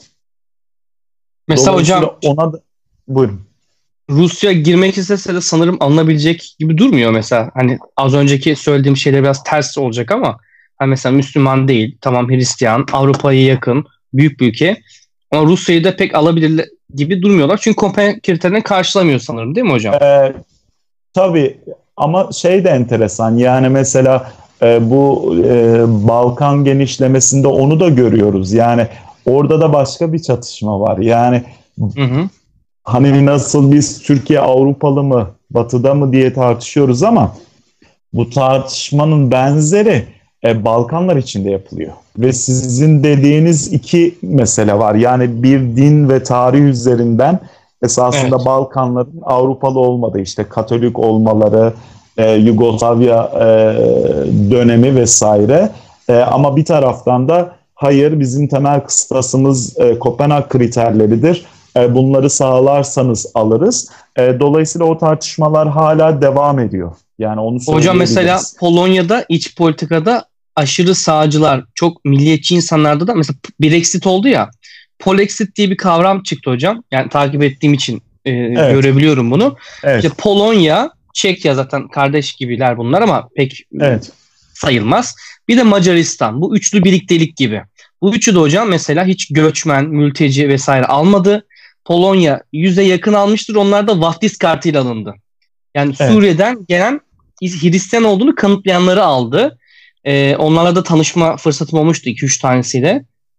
Mesela hocam buyurun. Rusya girmek istese de sanırım alınabilecek gibi durmuyor mesela. Hani az önceki söylediğim şeyler biraz ters olacak ama hani mesela Müslüman değil, tamam Hristiyan, Avrupa'ya yakın, büyük bir ülke. Ama Rusya'yı da pek alabilir gibi durmuyorlar. Çünkü Kopenhag kriterlerini karşılamıyor sanırım, değil mi hocam? Tabii ama şey de enteresan. Yani mesela bu Balkan genişlemesinde onu da görüyoruz. Yani orada da başka bir çatışma var. Yani hani nasıl biz Türkiye Avrupalı mı, Batı'da mı diye tartışıyoruz ama bu tartışmanın benzeri Balkanlar içinde yapılıyor. Ve sizin dediğiniz iki mesele var. Yani bir din ve tarih üzerinden esasında Balkanların Avrupalı olmadığı, işte Katolik olmaları, Yugoslavya dönemi vesaire. Ama bir taraftan da hayır, bizim temel kıstasımız Kopenhag kriterleridir. Bunları sağlarsanız alırız. Dolayısıyla o tartışmalar hala devam ediyor. Yani onu hocam mesela Polonya'da iç politikada aşırı sağcılar, çok milliyetçi insanlarda da mesela Brexit oldu ya. Polexit diye bir kavram çıktı hocam. Yani takip ettiğim için görebiliyorum bunu. Evet. İşte Polonya, Çekya zaten kardeş gibiler bunlar ama pek sayılmaz. Bir de Macaristan. Bu üçlü birliktelik gibi. Bu üçü de hocam mesela hiç göçmen, mülteci vesaire almadı. Polonya 100'e yakın almıştır. Onlar da vaftiz kartıyla alındı. Yani Suriye'den gelen Hristiyan olduğunu kanıtlayanları aldı. Onlarla da tanışma fırsatım olmuştu 2-3 tanesiyle.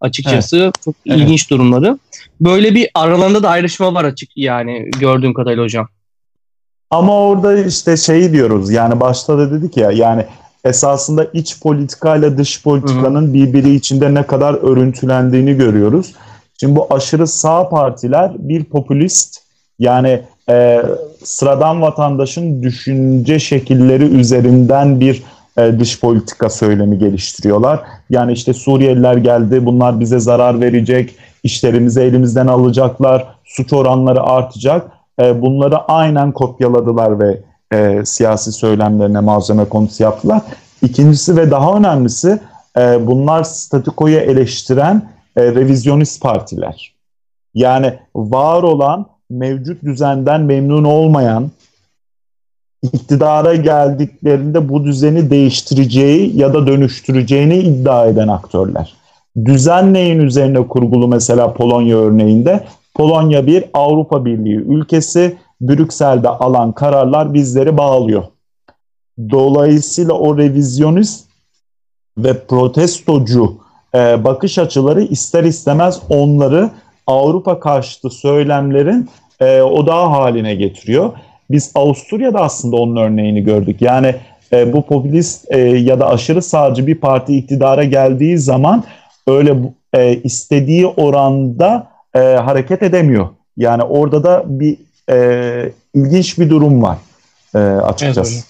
açıkçası. Çok ilginç durumları. Böyle bir aralarında da ayrışma var açık yani gördüğüm kadarıyla hocam. Ama orada işte şeyi diyoruz yani başta da dedik ya yani esasında iç politikayla dış politikanın birbiri içinde ne kadar örüntülendiğini görüyoruz. Şimdi bu aşırı sağ partiler bir popülist yani sıradan vatandaşın düşünce şekilleri üzerinden bir dış politika söylemi geliştiriyorlar. Yani işte Suriyeliler geldi, bunlar bize zarar verecek, işlerimizi elimizden alacaklar, suç oranları artacak. Bunları aynen kopyaladılar ve siyasi söylemlerine malzeme konusu yaptılar. İkincisi ve daha önemlisi bunlar statükoyu eleştiren revizyonist partiler. Yani var olan mevcut düzenden memnun olmayan, iktidara geldiklerinde bu düzeni değiştireceği ya da dönüştüreceğini iddia eden aktörler. Düzen neyin üzerine kurgulu mesela Polonya örneğinde? Polonya bir Avrupa Birliği ülkesi, Brüksel'de alan kararlar bizleri bağlıyor. Dolayısıyla o revizyonist ve protestocu bakış açıları ister istemez onları Avrupa karşıtı söylemlerin odağı haline getiriyor. Biz Avusturya'da aslında onun örneğini gördük. Yani bu popülist ya da aşırı sağcı bir parti iktidara geldiği zaman öyle istediği oranda hareket edemiyor. Yani orada da bir ilginç bir durum var açıkçası.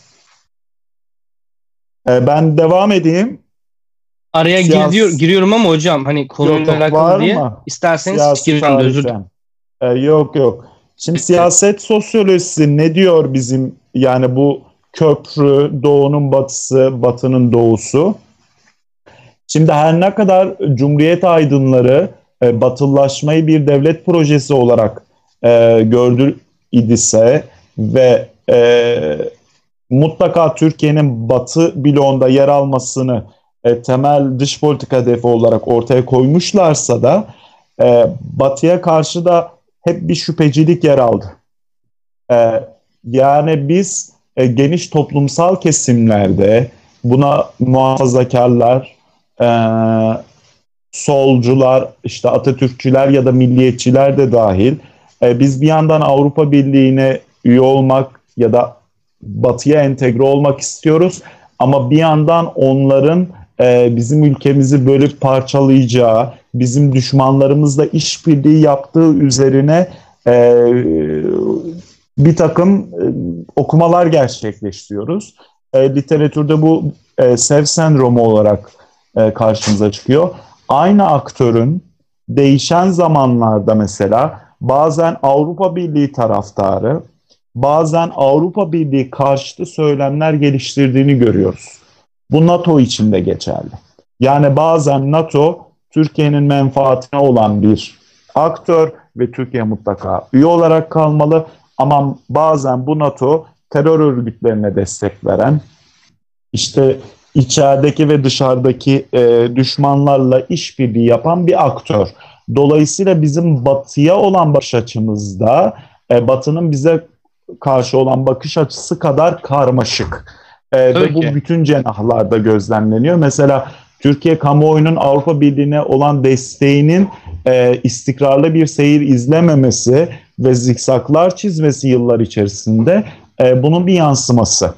Evet, ben devam edeyim. Araya giriyorum ama hocam hani konuyla alakalı diye isterseniz gireceğim de özür dilerim. Yok. Şimdi siyaset sosyolojisi ne diyor bizim yani bu köprü, doğunun batısı, batının doğusu. Şimdi her ne kadar Cumhuriyet aydınları batılılaşmayı bir devlet projesi olarak gördü idiyse ve mutlaka Türkiye'nin batı bloğunda yer almasını temel dış politika hedefi olarak ortaya koymuşlarsa da batıya karşı da hep bir şüphecilik yer aldı. Yani biz geniş toplumsal kesimlerde buna muhafazakarlar, solcular, işte Atatürkçüler ya da milliyetçiler de dahil biz bir yandan Avrupa Birliği'ne üye olmak ya da batıya entegre olmak istiyoruz ama bir yandan onların bizim ülkemizi bölüp parçalayacağı, bizim düşmanlarımızla işbirliği yaptığı üzerine bir takım okumalar gerçekleştiriyoruz. Literatürde bu Sev sendromu olarak karşımıza çıkıyor. Aynı aktörün değişen zamanlarda mesela bazen Avrupa Birliği taraftarı, bazen Avrupa Birliği karşıtı söylemler geliştirdiğini görüyoruz. Bu NATO için de geçerli. Yani bazen NATO Türkiye'nin menfaatine olan bir aktör ve Türkiye mutlaka üye olarak kalmalı. Ama bazen bu NATO terör örgütlerine destek veren, işte içerideki ve dışarıdaki düşmanlarla işbirliği yapan bir aktör. Dolayısıyla bizim batıya olan bakış açımızda batının bize karşı olan bakış açısı kadar karmaşık. Ve bu bütün cenahlarda gözlemleniyor. Mesela Türkiye kamuoyunun Avrupa Birliği'ne olan desteğinin istikrarlı bir seyir izlememesi ve zikzaklar çizmesi yıllar içerisinde bunun bir yansıması.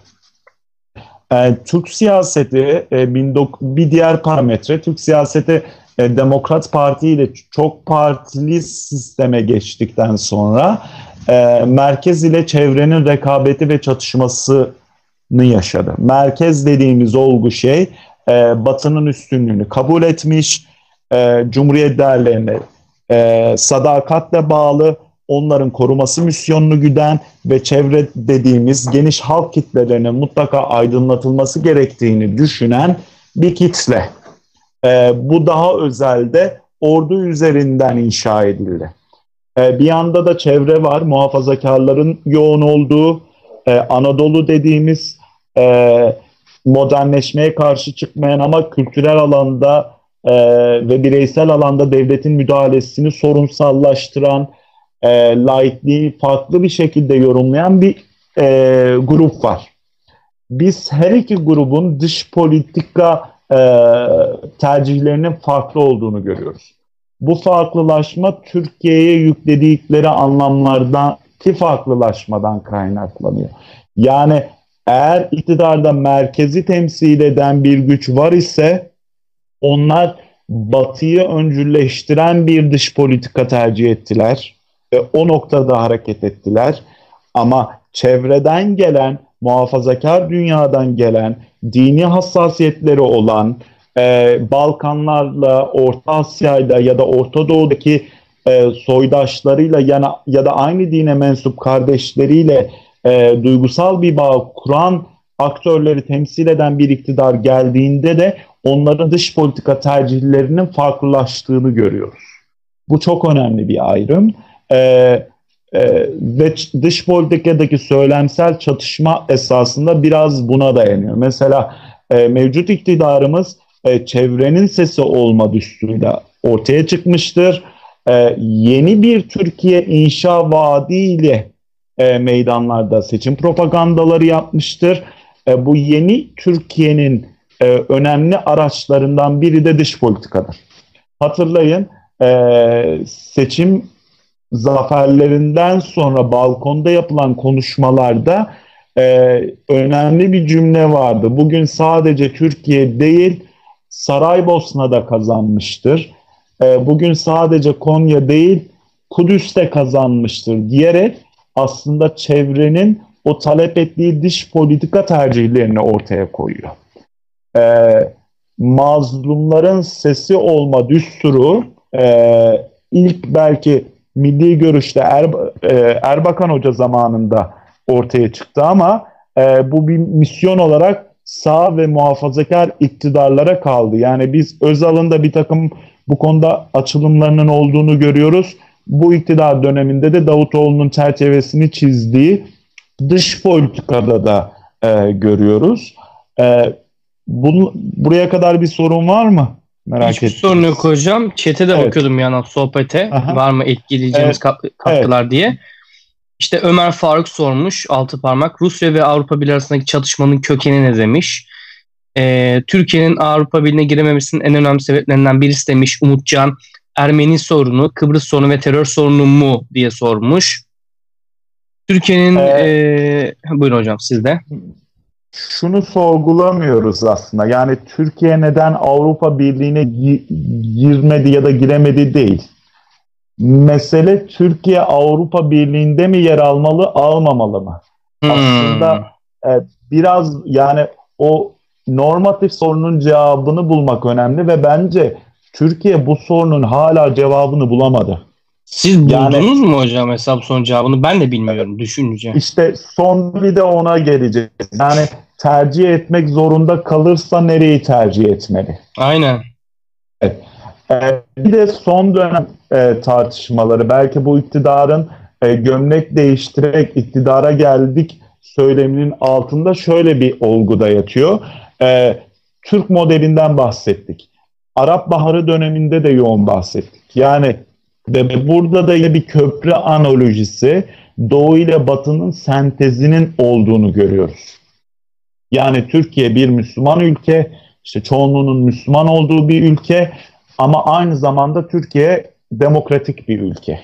Türk siyaseti bir diğer parametre, Türk siyaseti Demokrat Parti ile çok partili sisteme geçtikten sonra merkez ile çevrenin rekabeti ve çatışmasını yaşadı. Merkez dediğimiz olgu Batı'nın üstünlüğünü kabul etmiş, Cumhuriyet değerlerine sadakatle bağlı, onların koruması misyonunu güden ve çevre dediğimiz geniş halk kitlelerinin mutlaka aydınlatılması gerektiğini düşünen bir kitle. Bu daha özelde ordu üzerinden inşa edildi. Bir yanda da çevre var, muhafazakarların yoğun olduğu Anadolu dediğimiz modernleşmeye karşı çıkmayan ama kültürel alanda ve bireysel alanda devletin müdahalesini sorunsallaştıran, laikliği farklı bir şekilde yorumlayan bir grup var. Biz her iki grubun dış politika tercihlerinin farklı olduğunu görüyoruz. Bu farklılaşma Türkiye'ye yükledikleri anlamlardaki farklılaşmadan kaynaklanıyor. Yani eğer iktidarda merkezi temsil eden bir güç var ise onlar Batı'yı öncülleştiren bir dış politika tercih ettiler ve o noktada hareket ettiler. Ama çevreden gelen, muhafazakar dünyadan gelen, dini hassasiyetleri olan, Balkanlarla, Orta Asya'yla ya da Orta Doğu'daki soydaşlarıyla ya da aynı dine mensup kardeşleriyle duygusal bir bağ kuran aktörleri temsil eden bir iktidar geldiğinde de onların dış politika tercihlerinin farklılaştığını görüyoruz. Bu çok önemli bir ayrım. Ve dış politikadaki söylemsel çatışma esasında biraz buna dayanıyor. Mesela mevcut iktidarımız çevrenin sesi olma düsturuyla ortaya çıkmıştır. Yeni bir Türkiye inşa vaadiyle meydanlarda seçim propagandaları yapmıştır. Bu yeni Türkiye'nin önemli araçlarından biri de dış politikadır. Hatırlayın, seçim zaferlerinden sonra balkonda yapılan konuşmalarda önemli bir cümle vardı. Bugün sadece Türkiye değil, Saraybosna'da kazanmıştır. Bugün sadece Konya değil, Kudüs'te kazanmıştır diyerek aslında çevrenin o talep ettiği dış politika tercihlerini ortaya koyuyor. Mazlumların sesi olma düsturu ilk belki milli görüşte Erbakan Hoca zamanında ortaya çıktı ama bu bir misyon olarak sağ ve muhafazakar iktidarlara kaldı. Yani biz Özal'ın da bir takım bu konuda açılımlarının olduğunu görüyoruz. Bu iktidar döneminde de Davutoğlu'nun çerçevesini çizdiği dış politikada da görüyoruz. Buraya kadar bir sorun var mı? Merak Hiçbir sorun yok hocam. Chat'e de bakıyordum bir yandan sohbete. Aha. Var mı etkileyeceğimiz katkılar diye. İşte Ömer Faruk sormuş, altı parmak. Rusya ve Avrupa Birliği arasındaki çatışmanın kökeni ne demiş. Türkiye'nin Avrupa Birliği'ne girememesinin en önemli sebeplerinden birisi demiş Umutcan. Ermeni sorunu, Kıbrıs sorunu ve terör sorunu mu diye sormuş. Türkiye'nin buyurun hocam siz de. Şunu sorgulamıyoruz aslında. Yani Türkiye neden Avrupa Birliği'ne girmedi ya da giremedi değil. Mesele Türkiye Avrupa Birliği'nde mi yer almalı, almamalı mı? Aslında biraz yani o normatif sorunun cevabını bulmak önemli ve bence Türkiye bu sorunun hala cevabını bulamadı. Siz buldunuz mu hocam hesap sonu cevabını? Ben de bilmiyorum, düşünce. İşte son bir de ona geleceğiz. Yani tercih etmek zorunda kalırsa nereyi tercih etmeli? Aynen. Evet. Bir de son dönem tartışmaları, belki bu iktidarın gömlek değiştirerek iktidara geldik söyleminin altında şöyle bir olgu da yatıyor. Türk modelinden bahsettik. Arap Baharı döneminde de yoğun bahsettik. Yani ve burada da yine bir köprü analojisi, Doğu ile Batı'nın sentezinin olduğunu görüyoruz. Yani Türkiye bir Müslüman ülke, işte çoğunluğunun Müslüman olduğu bir ülke ama aynı zamanda Türkiye demokratik bir ülke.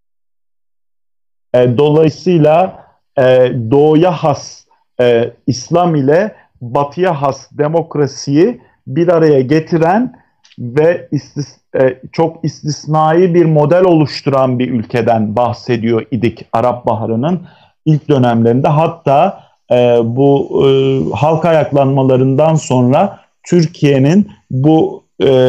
Dolayısıyla Doğu'ya has İslam ile Batı'ya has demokrasiyi bir araya getiren ve çok istisnai bir model oluşturan bir ülkeden bahsediyor idik Arap Baharı'nın ilk dönemlerinde. Hatta bu halk ayaklanmalarından sonra Türkiye'nin bu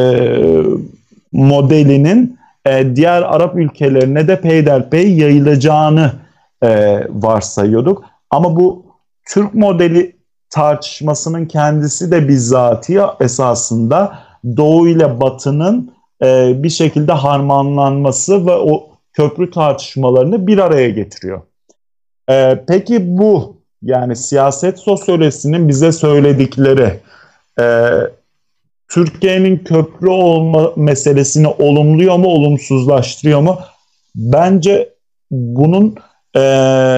modelinin diğer Arap ülkelerine de peyderpey yayılacağını varsayıyorduk. Ama bu Türk modeli tartışmasının kendisi de bizzatihi esasında Doğu ile Batı'nın bir şekilde harmanlanması ve o köprü tartışmalarını bir araya getiriyor. Peki bu, yani siyaset sosyolojisinin bize söyledikleri Türkiye'nin köprü olma meselesini olumluyor mu, olumsuzlaştırıyor mu? Bence bunun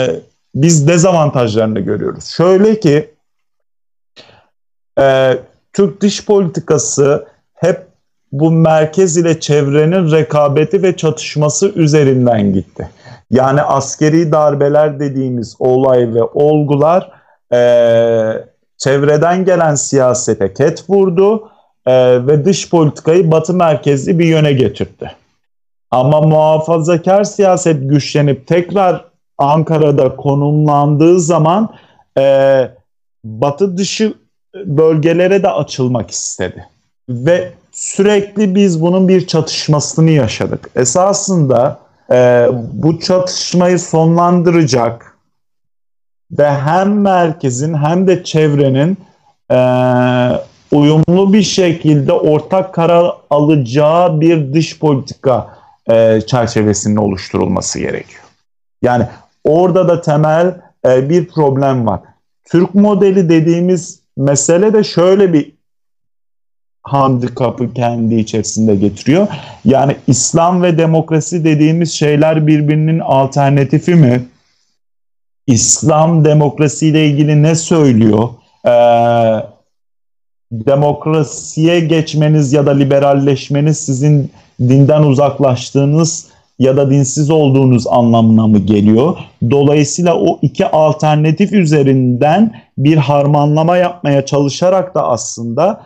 biz dezavantajlarını görüyoruz. Şöyle ki Türk dış politikası hep bu merkez ile çevrenin rekabeti ve çatışması üzerinden gitti. Yani askeri darbeler dediğimiz olay ve olgular çevreden gelen siyasete ket vurdu ve dış politikayı batı merkezli bir yöne getirdi. Ama muhafazakar siyaset güçlenip tekrar Ankara'da konumlandığı zaman batı dışı bölgelere de açılmak istedi. Ve sürekli biz bunun bir çatışmasını yaşadık. Esasında bu çatışmayı sonlandıracak ve hem merkezin hem de çevrenin uyumlu bir şekilde ortak karar alacağı bir dış politika çerçevesinin oluşturulması gerekiyor. Yani orada da temel bir problem var. Türk modeli dediğimiz mesele de şöyle bir handikapı kendi içerisinde getiriyor. Yani İslam ve demokrasi dediğimiz şeyler birbirinin alternatifi mi? İslam demokrasiyle ilgili ne söylüyor? Demokrasiye geçmeniz ya da liberalleşmeniz sizin dinden uzaklaştığınız ya da dinsiz olduğunuz anlamına mı geliyor? Dolayısıyla o iki alternatif üzerinden bir harmanlama yapmaya çalışarak da aslında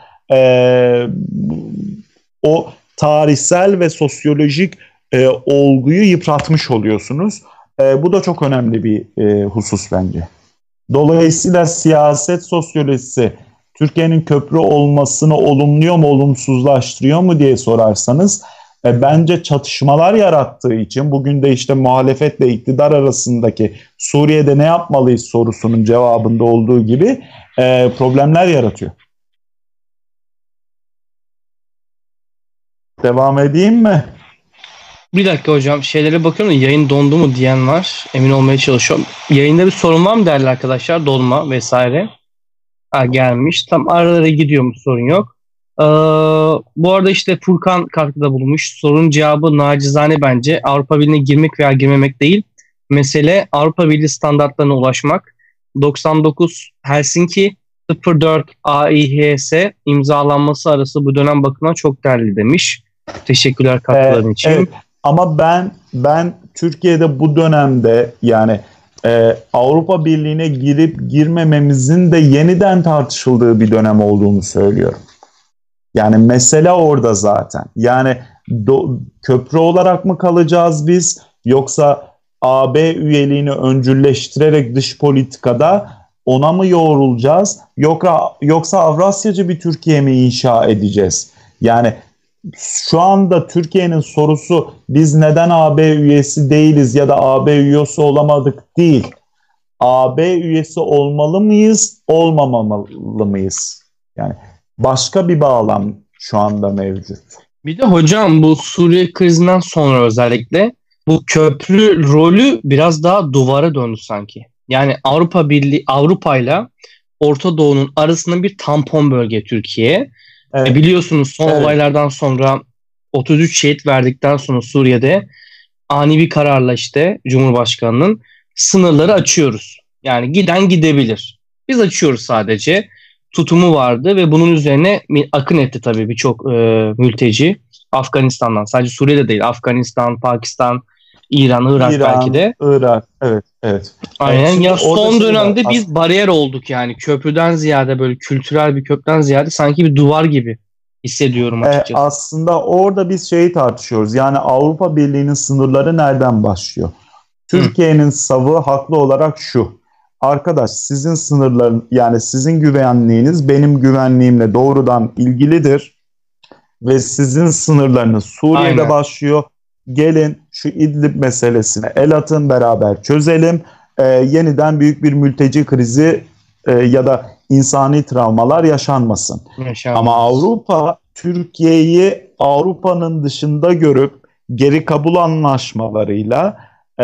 o tarihsel ve sosyolojik olguyu yıpratmış oluyorsunuz. Bu da çok önemli bir husus bence. Dolayısıyla siyaset sosyolojisi Türkiye'nin köprü olmasını olumluyor mu, olumsuzlaştırıyor mu diye sorarsanız bence çatışmalar yarattığı için bugün de işte muhalefetle iktidar arasındaki Suriye'de ne yapmalıyız sorusunun cevabında olduğu gibi problemler yaratıyor. Devam edeyim mi? Bir dakika hocam, şeylere bakıyorum da yayın dondu mu diyen var. Emin olmaya çalışıyorum. Yayında bir sorun var mı değerli arkadaşlar? Dolma vesaire. Gelmiş. Tam aralara gidiyor mu? Sorun yok. Bu arada işte Furkan katkıda bulunmuş. Sorunun cevabı nacizane bence. Avrupa Birliği'ne girmek veya girmemek değil. Mesele Avrupa Birliği standartlarına ulaşmak. 99 Helsinki 04 AİHS imzalanması arası bu dönem bakımından çok değerli demiş. Teşekkürler katkıların için. Evet. Ama ben Türkiye'de bu dönemde yani Avrupa Birliği'ne girip girmememizin de yeniden tartışıldığı bir dönem olduğunu söylüyorum. Yani mesele orada zaten. Yani köprü olarak mı kalacağız biz, yoksa AB üyeliğini öncülleştirerek dış politikada ona mı yoğrulacağız, yoksa Avrasyacı bir Türkiye mi inşa edeceğiz? Yani şu anda Türkiye'nin sorusu biz neden AB üyesi değiliz ya da AB üyesi olamadık değil. AB üyesi olmalı mıyız, olmamalı mıyız? Yani başka bir bağlam şu anda mevcut. Bir de hocam bu Suriye krizinden sonra özellikle bu köprü rolü biraz daha duvara döndü sanki. Yani Avrupa Birliği, Avrupa'yla Orta Doğu'nun arasında bir tampon bölge Türkiye. Evet. Biliyorsunuz son olaylardan sonra 33 şehit verdikten sonra Suriye'de ani bir kararla işte Cumhurbaşkanı'nın sınırları açıyoruz. Yani giden gidebilir. Biz açıyoruz sadece. Tutumu vardı ve bunun üzerine akın etti tabii birçok mülteci Afganistan'dan. Sadece Suriye'de değil, Afganistan, Pakistan, İran, belki de. Irak, evet. Aynen. Ya son dönemde biz bariyer olduk yani. Köprüden ziyade, böyle kültürel bir köprüden ziyade sanki bir duvar gibi hissediyorum açıkçası. Aslında orada biz şeyi tartışıyoruz. Yani Avrupa Birliği'nin sınırları nereden başlıyor? Türkiye'nin savı haklı olarak şu: arkadaş, sizin sınırların, yani sizin güvenliğiniz benim güvenliğimle doğrudan ilgilidir ve sizin sınırlarınız Suriye'de başlıyor. Gelin şu İdlib meselesine el atın, beraber çözelim. Yeniden büyük bir mülteci krizi ya da insani travmalar yaşanmasın. Ama Avrupa Türkiye'yi Avrupa'nın dışında görüp geri kabul anlaşmalarıyla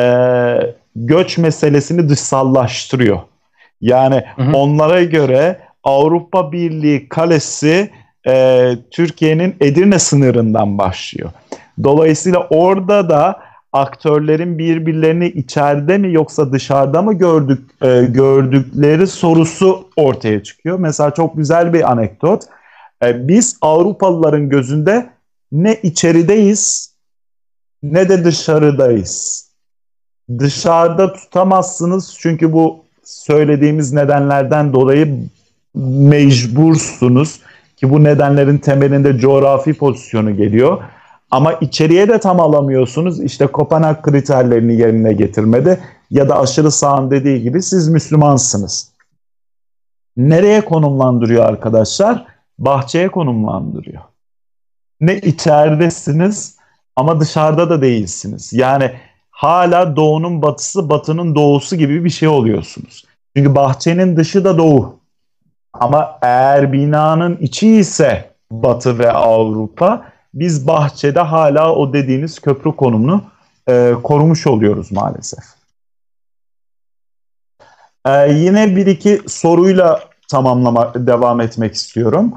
göç meselesini dışsallaştırıyor. Yani onlara göre Avrupa Birliği kalesi Türkiye'nin Edirne sınırından başlıyor. Dolayısıyla orada da aktörlerin birbirlerini içeride mi yoksa dışarıda mı gördükleri sorusu ortaya çıkıyor. Mesela çok güzel bir anekdot. Biz Avrupalıların gözünde ne içerideyiz ne de dışarıdayız. Dışarıda tutamazsınız çünkü bu söylediğimiz nedenlerden dolayı mecbursunuz ki bu nedenlerin temelinde coğrafi pozisyonu geliyor. Ama içeriye de tam alamıyorsunuz. İşte Kopenhag kriterlerini yerine getirmedi ya da aşırı sağın dediği gibi siz Müslümansınız. Nereye konumlandırıyor arkadaşlar? Bahçeye konumlandırıyor. Ne içeridesiniz ama dışarıda da değilsiniz. Yani hala doğunun batısı, batının doğusu gibi bir şey oluyorsunuz. Çünkü bahçenin dışı da doğu. Ama eğer binanın içi ise batı ve Avrupa, biz bahçede hala o dediğiniz köprü konumunu korumuş oluyoruz maalesef. Yine bir iki soruyla devam etmek istiyorum.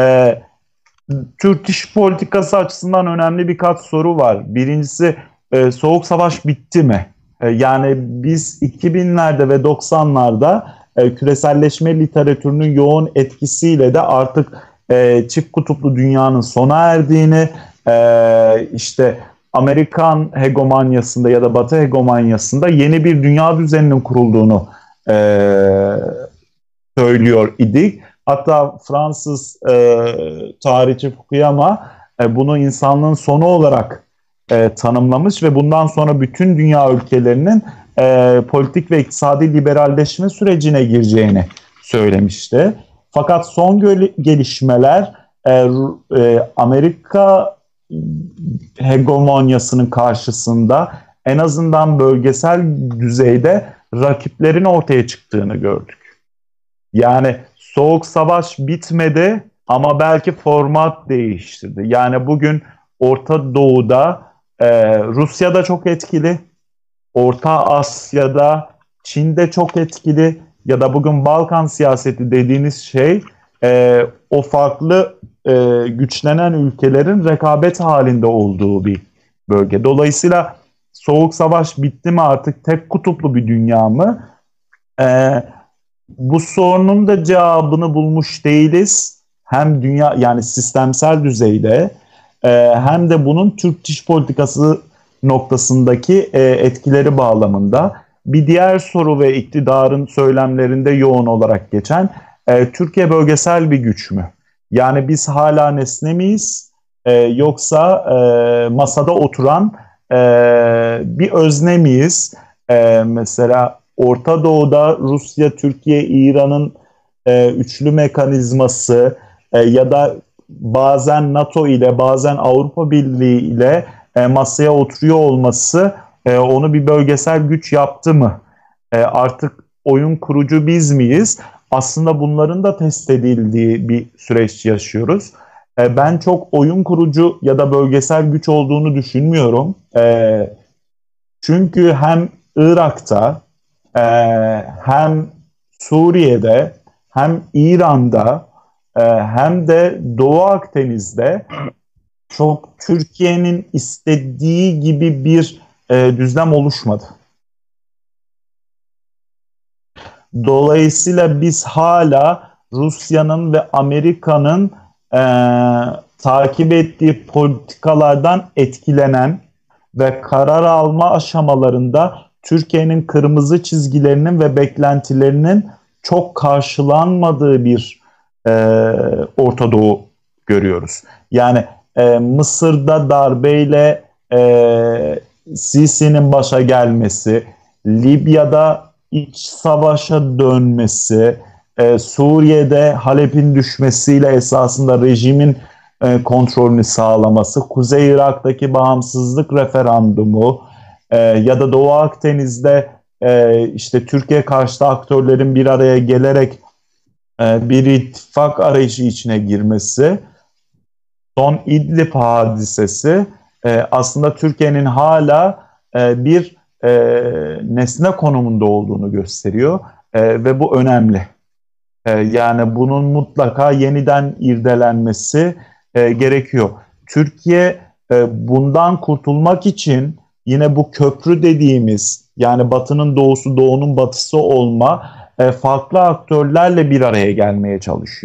Türk dış politikası açısından önemli birkaç soru var. Birincisi, Soğuk Savaş bitti mi? Yani biz 2000'lerde ve 90'larda küreselleşme literatürünün yoğun etkisiyle de artık çift kutuplu dünyanın sona erdiğini, işte Amerikan hegemonyasında ya da Batı hegemonyasında yeni bir dünya düzeninin kurulduğunu söylüyor idik. Hatta Fransız tarihçi Fukuyama bunu insanlığın sonu olarak tanımlamış ve bundan sonra bütün dünya ülkelerinin politik ve iktisadi liberalleşme sürecine gireceğini söylemişti. Fakat son gelişmeler Amerika hegemonyasının karşısında en azından bölgesel düzeyde rakiplerin ortaya çıktığını gördük. Yani Soğuk Savaş bitmedi ama belki format değiştirdi. Yani bugün Orta Doğu'da Rusya'da çok etkili, Orta Asya'da Çin'de çok etkili ya da bugün Balkan siyaseti dediğiniz şey o farklı güçlenen ülkelerin rekabet halinde olduğu bir bölge. Dolayısıyla Soğuk Savaş bitti mi, artık tek kutuplu bir dünya mı? Bu sorunun da cevabını bulmuş değiliz. Hem dünya, yani sistemsel düzeyde hem de bunun Türk dış politikası noktasındaki etkileri bağlamında. Bir diğer soru ve iktidarın söylemlerinde yoğun olarak geçen, Türkiye bölgesel bir güç mü? Yani biz hala nesne miyiz? Yoksa masada oturan bir özne miyiz? Mesela Orta Doğu'da Rusya, Türkiye, İran'ın üçlü mekanizması ya da bazen NATO ile bazen Avrupa Birliği ile masaya oturuyor olması onu bir bölgesel güç yaptı mı? Artık oyun kurucu biz miyiz? Aslında bunların da test edildiği bir süreç yaşıyoruz. Ben çok oyun kurucu ya da bölgesel güç olduğunu düşünmüyorum. Çünkü hem Irak'ta hem Suriye'de hem İran'da hem de Doğu Akdeniz'de çok Türkiye'nin istediği gibi bir düzlem oluşmadı. Dolayısıyla biz hala Rusya'nın ve Amerika'nın takip ettiği politikalardan etkilenen ve karar alma aşamalarında Türkiye'nin kırmızı çizgilerinin ve beklentilerinin çok karşılanmadığı bir Orta Doğu görüyoruz. Yani Mısır'da darbeyle Sisi'nin başa gelmesi, Libya'da iç savaşa dönmesi, Suriye'de Halep'in düşmesiyle esasında rejimin kontrolünü sağlaması, Kuzey Irak'taki bağımsızlık referandumu ya da Doğu Akdeniz'de işte Türkiye karşıtı aktörlerin bir araya gelerek bir ittifak arayışı içine girmesi, son İdlib hadisesi aslında Türkiye'nin hala bir nesne konumunda olduğunu gösteriyor ve bu önemli. Yani bunun mutlaka yeniden irdelenmesi gerekiyor. Türkiye bundan kurtulmak için yine bu köprü dediğimiz, yani batının doğusu, doğunun batısı olma farklı aktörlerle bir araya gelmeye çalışıyor.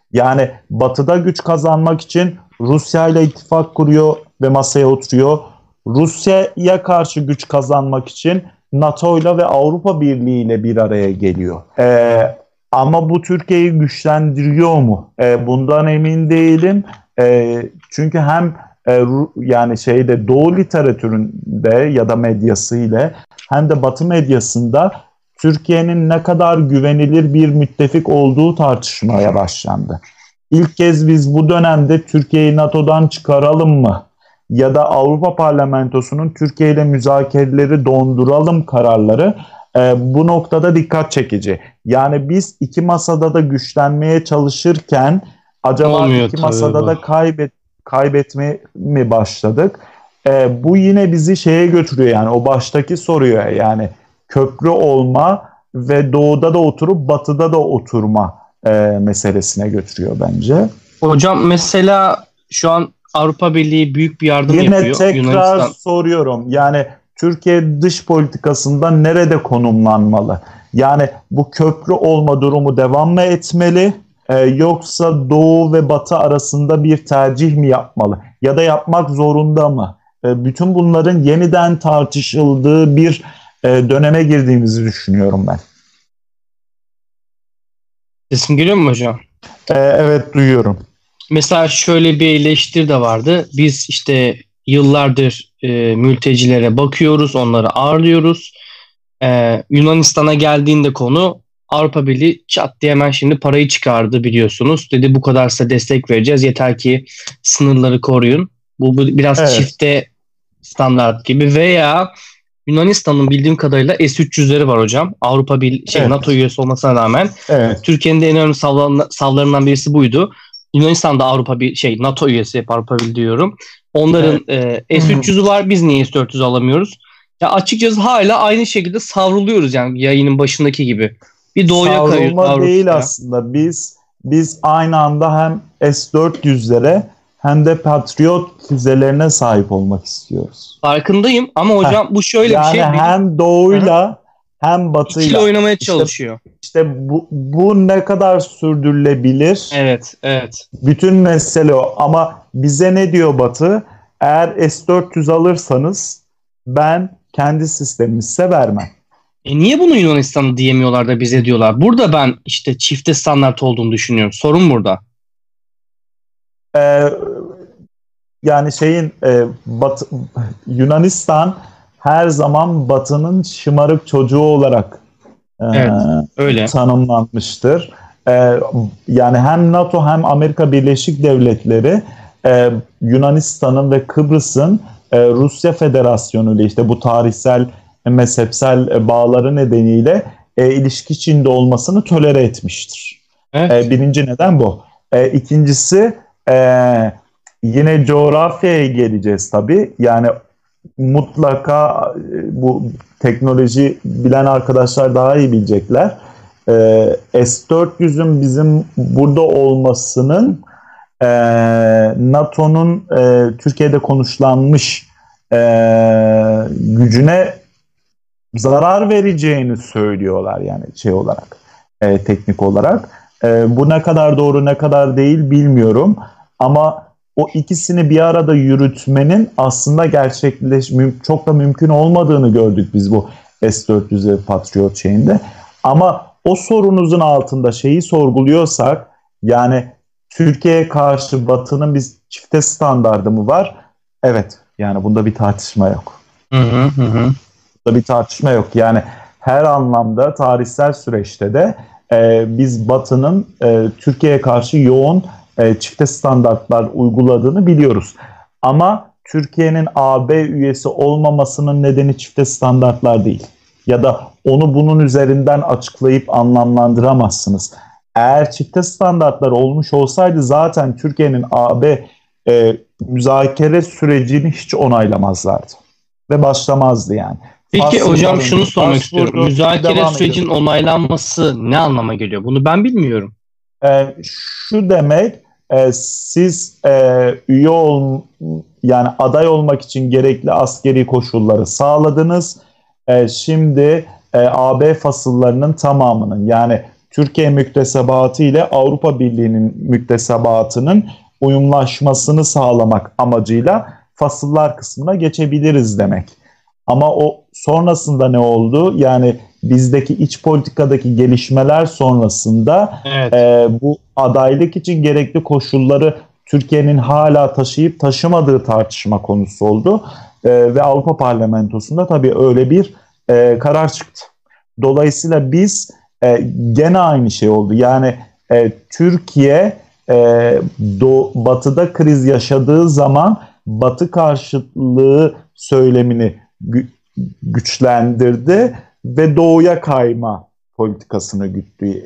Yani Batı'da güç kazanmak için Rusya ile ittifak kuruyor ve masaya oturuyor. Rusya'ya karşı güç kazanmak için NATO ile ve Avrupa Birliği ile bir araya geliyor. Ama bu Türkiye'yi güçlendiriyor mu? Bundan emin değilim. Çünkü hem yani Doğu literatüründe ya da medyasıyla hem de Batı medyasında Türkiye'nin ne kadar güvenilir bir müttefik olduğu tartışmaya başlandı. İlk kez biz bu dönemde Türkiye'yi NATO'dan çıkaralım mı? Ya da Avrupa Parlamentosu'nun Türkiye ile müzakereleri donduralım kararları bu noktada dikkat çekici. Yani biz iki masada da güçlenmeye çalışırken acaba Olmuyor iki masada bu. da kaybetmeye mi başladık? Bu yine bizi şeye götürüyor, yani o baştaki soruyor, yani köprü olma ve doğuda da oturup batıda da oturma meselesine götürüyor bence. Hocam mesela şu an Avrupa Birliği büyük bir yardım Yine yapıyor. tekrar Yunanistan. soruyorum, yani Türkiye dış politikasında nerede konumlanmalı? Yani bu köprü olma durumu devam mı etmeli? Yoksa Doğu ve Batı arasında bir tercih mi yapmalı? Ya da yapmak zorunda mı? Bütün bunların yeniden tartışıldığı bir döneme girdiğimizi düşünüyorum ben. Sesim geliyor mu hocam? Evet, duyuyorum. Mesela şöyle bir eleştiri de vardı. Biz işte yıllardır mültecilere bakıyoruz, onları ağırlıyoruz. Yunanistan'a geldiğinde konu Avrupa Birliği çat diye hemen şimdi parayı çıkardı biliyorsunuz. Dedi bu kadar size destek vereceğiz. Yeter ki sınırları koruyun. Bu biraz çifte standart gibi. Veya Yunanistan'ın bildiğim kadarıyla S-300'leri var hocam. Avrupa Birliği NATO üyesi olmasına rağmen. Evet. Türkiye'nin de en önemli savlarından birisi buydu. Yunanistan da NATO üyesi, Avrupa Birliği diyorum. Onların S-300'ü var. Biz niye S-400 alamıyoruz? Ya açıkçası hala aynı şekilde savruluyoruz yani yayının başındaki gibi. Bir doğuya kayıyoruz. Savrulma değil aslında. Biz aynı anda hem S-400'lere hem de Patriot füzelerine sahip olmak istiyoruz. Farkındayım ama hocam bu şöyle bir şey. Yani hem doğuyla hem batıyla. İkili oynamaya çalışıyor. İşte bu ne kadar sürdürülebilir? Evet. Bütün mesele o. Ama bize ne diyor Batı? Eğer S-400 alırsanız ben kendi sistemimi size vermem. Niye bunu Yunanistan'a diyemiyorlar da bize diyorlar? Burada ben işte çifte standart olduğunu düşünüyorum. Sorun burada. Yani Yunanistan her zaman Batı'nın şımarık çocuğu olarak öyle tanımlanmıştır. Yani hem NATO hem Amerika Birleşik Devletleri Yunanistan'ın ve Kıbrıs'ın Rusya Federasyonu ile işte bu tarihsel mezhepsel bağları nedeniyle ilişki içinde olmasını tolere etmiştir. Evet. Birinci neden bu. İkincisi yine coğrafyaya geleceğiz tabii. Yani mutlaka bu teknoloji bilen arkadaşlar daha iyi bilecekler. S-400'ün bizim burada olmasının NATO'nun Türkiye'de konuşlanmış gücüne zarar vereceğini söylüyorlar, yani olarak, teknik olarak. Bu ne kadar doğru ne kadar değil bilmiyorum ama o ikisini bir arada yürütmenin aslında çok da mümkün olmadığını gördük biz bu S-400 ve Patriot şeyinde. Ama o sorunuzun altında sorguluyorsak, yani Türkiye'ye karşı Batı'nın biz çifte standardı mı var? Evet, yani bunda bir tartışma yok. Bunda bir tartışma yok. Yani her anlamda tarihsel süreçte de biz Batı'nın Türkiye'ye karşı yoğun çifte standartlar uyguladığını biliyoruz. Ama Türkiye'nin AB üyesi olmamasının nedeni çifte standartlar değil. Ya da onu bunun üzerinden açıklayıp anlamlandıramazsınız. Eğer çifte standartlar olmuş olsaydı zaten Türkiye'nin AB müzakere sürecini hiç onaylamazlardı. Ve başlamazdı yani. Peki hocam şunu sormak istiyorum. Müzakere sürecinin onaylanması ne anlama geliyor? Bunu ben bilmiyorum. Şu demek, siz yani aday olmak için gerekli askeri koşulları sağladınız. Şimdi AB fasıllarının tamamının, yani Türkiye müktesebatı ile Avrupa Birliği'nin müktesebatının uyumlaşmasını sağlamak amacıyla fasıllar kısmına geçebiliriz demek. Ama o sonrasında ne oldu? Yani bizdeki iç politikadaki gelişmeler sonrasında bu adaylık için gerekli koşulları Türkiye'nin hala taşıyıp taşımadığı tartışma konusu oldu. Ve Avrupa Parlamentosu'nda tabii öyle bir karar çıktı. Dolayısıyla biz gene aynı şey oldu. Yani Türkiye Batı'da kriz yaşadığı zaman Batı karşıtlığı söylemini güçlendirdi ve Doğu'ya kayma politikasını güttü.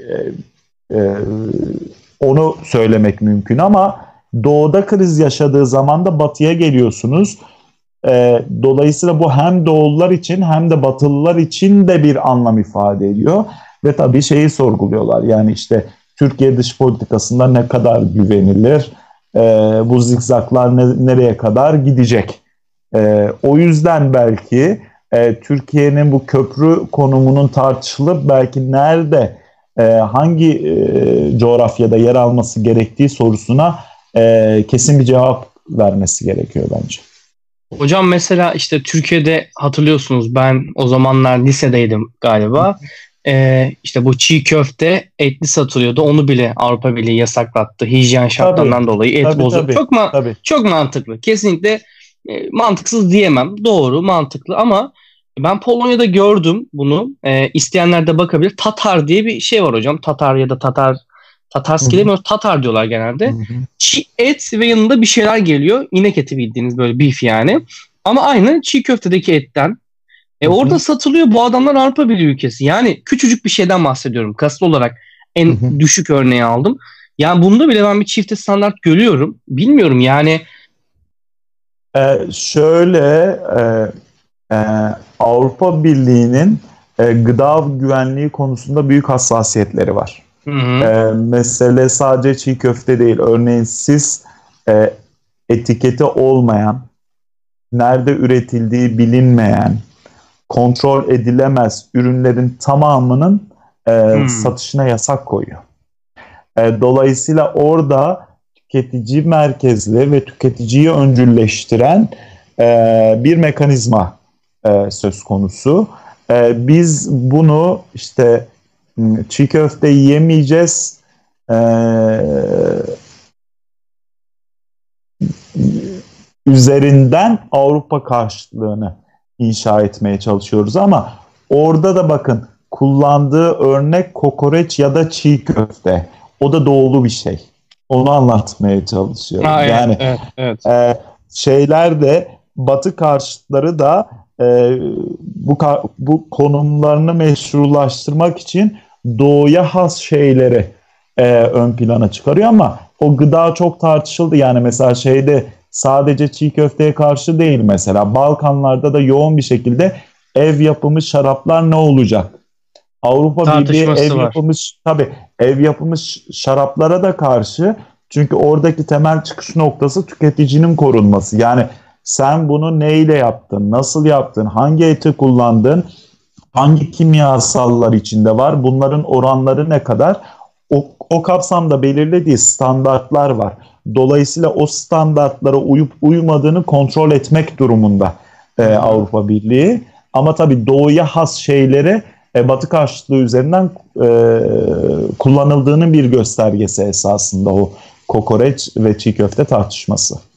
Onu söylemek mümkün ama Doğu'da kriz yaşadığı zaman da Batı'ya geliyorsunuz. Dolayısıyla bu hem Doğulular için hem de Batılılar için de bir anlam ifade ediyor. Ve tabii şeyi sorguluyorlar. Yani işte Türkiye dış politikasında ne kadar güvenilir, bu zikzaklar nereye kadar gidecek? O yüzden belki Türkiye'nin bu köprü konumunun tartışılıp belki nerede, hangi coğrafyada yer alması gerektiği sorusuna kesin bir cevap vermesi gerekiyor bence. Hocam mesela işte Türkiye'de hatırlıyorsunuz, ben o zamanlar lisedeydim galiba. İşte bu çiğ köfte etli satılıyordu. Onu bile Avrupa Birliği yasaklattı. Hijyen şartlarından dolayı et bozuk. Çok mantıklı. Kesinlikle mantıksız diyemem. Doğru, mantıklı ama ben Polonya'da gördüm bunu. İsteyenler de bakabilir. Tatar diye bir şey var hocam. Tatar ya da Tatarski demiyoruz. Tatar diyorlar genelde. Çiğ et ve yanında bir şeyler geliyor. İnek eti bildiğiniz böyle beef yani. Ama aynı çiğ köftedeki etten. Orada satılıyor. Bu adamlar Avrupa Birliği ülkesi. Yani küçücük bir şeyden bahsediyorum. Kasıtlı olarak en düşük örneği aldım. Yani bunda bile ben bir çifte standart görüyorum. Bilmiyorum yani. Avrupa Birliği'nin gıda güvenliği konusunda büyük hassasiyetleri var. Mesele sadece çiğ köfte değil. Örneğin siz etiketi olmayan, nerede üretildiği bilinmeyen, kontrol edilemez ürünlerin tamamının satışına yasak koyuyor. Dolayısıyla orada tüketici merkezli ve tüketiciyi öncülleştiren bir mekanizma söz konusu. Biz bunu işte çiğ köfte yiyemeyeceğiz, üzerinden Avrupa karşıtlığını inşa etmeye çalışıyoruz ama orada da bakın kullandığı örnek kokoreç ya da çiğ köfte. O da doğulu bir şey. Onu anlatmaya çalışıyorum. Yani evet. Şeyler de Batı karşıtları da bu konumlarını meşrulaştırmak için doğuya has şeyleri ön plana çıkarıyor ama o gıda çok tartışıldı. Yani mesela sadece çiğ köfteye karşı değil mesela. Balkanlarda da yoğun bir şekilde ev yapımı şaraplar ne olacak? Avrupa Birliği ev yapımı şaraplara da karşı. Çünkü oradaki temel çıkış noktası tüketicinin korunması. Yani sen bunu neyle yaptın, nasıl yaptın, hangi eti kullandın, hangi kimyasallar içinde var, bunların oranları ne kadar? O kapsamda belirlediği standartlar var. Dolayısıyla o standartlara uyup uymadığını kontrol etmek durumunda Avrupa Birliği. Ama tabii doğuya has şeyleri Batı karşıtlığı üzerinden kullanıldığının bir göstergesi esasında o kokoreç ve çiğ köfte tartışması.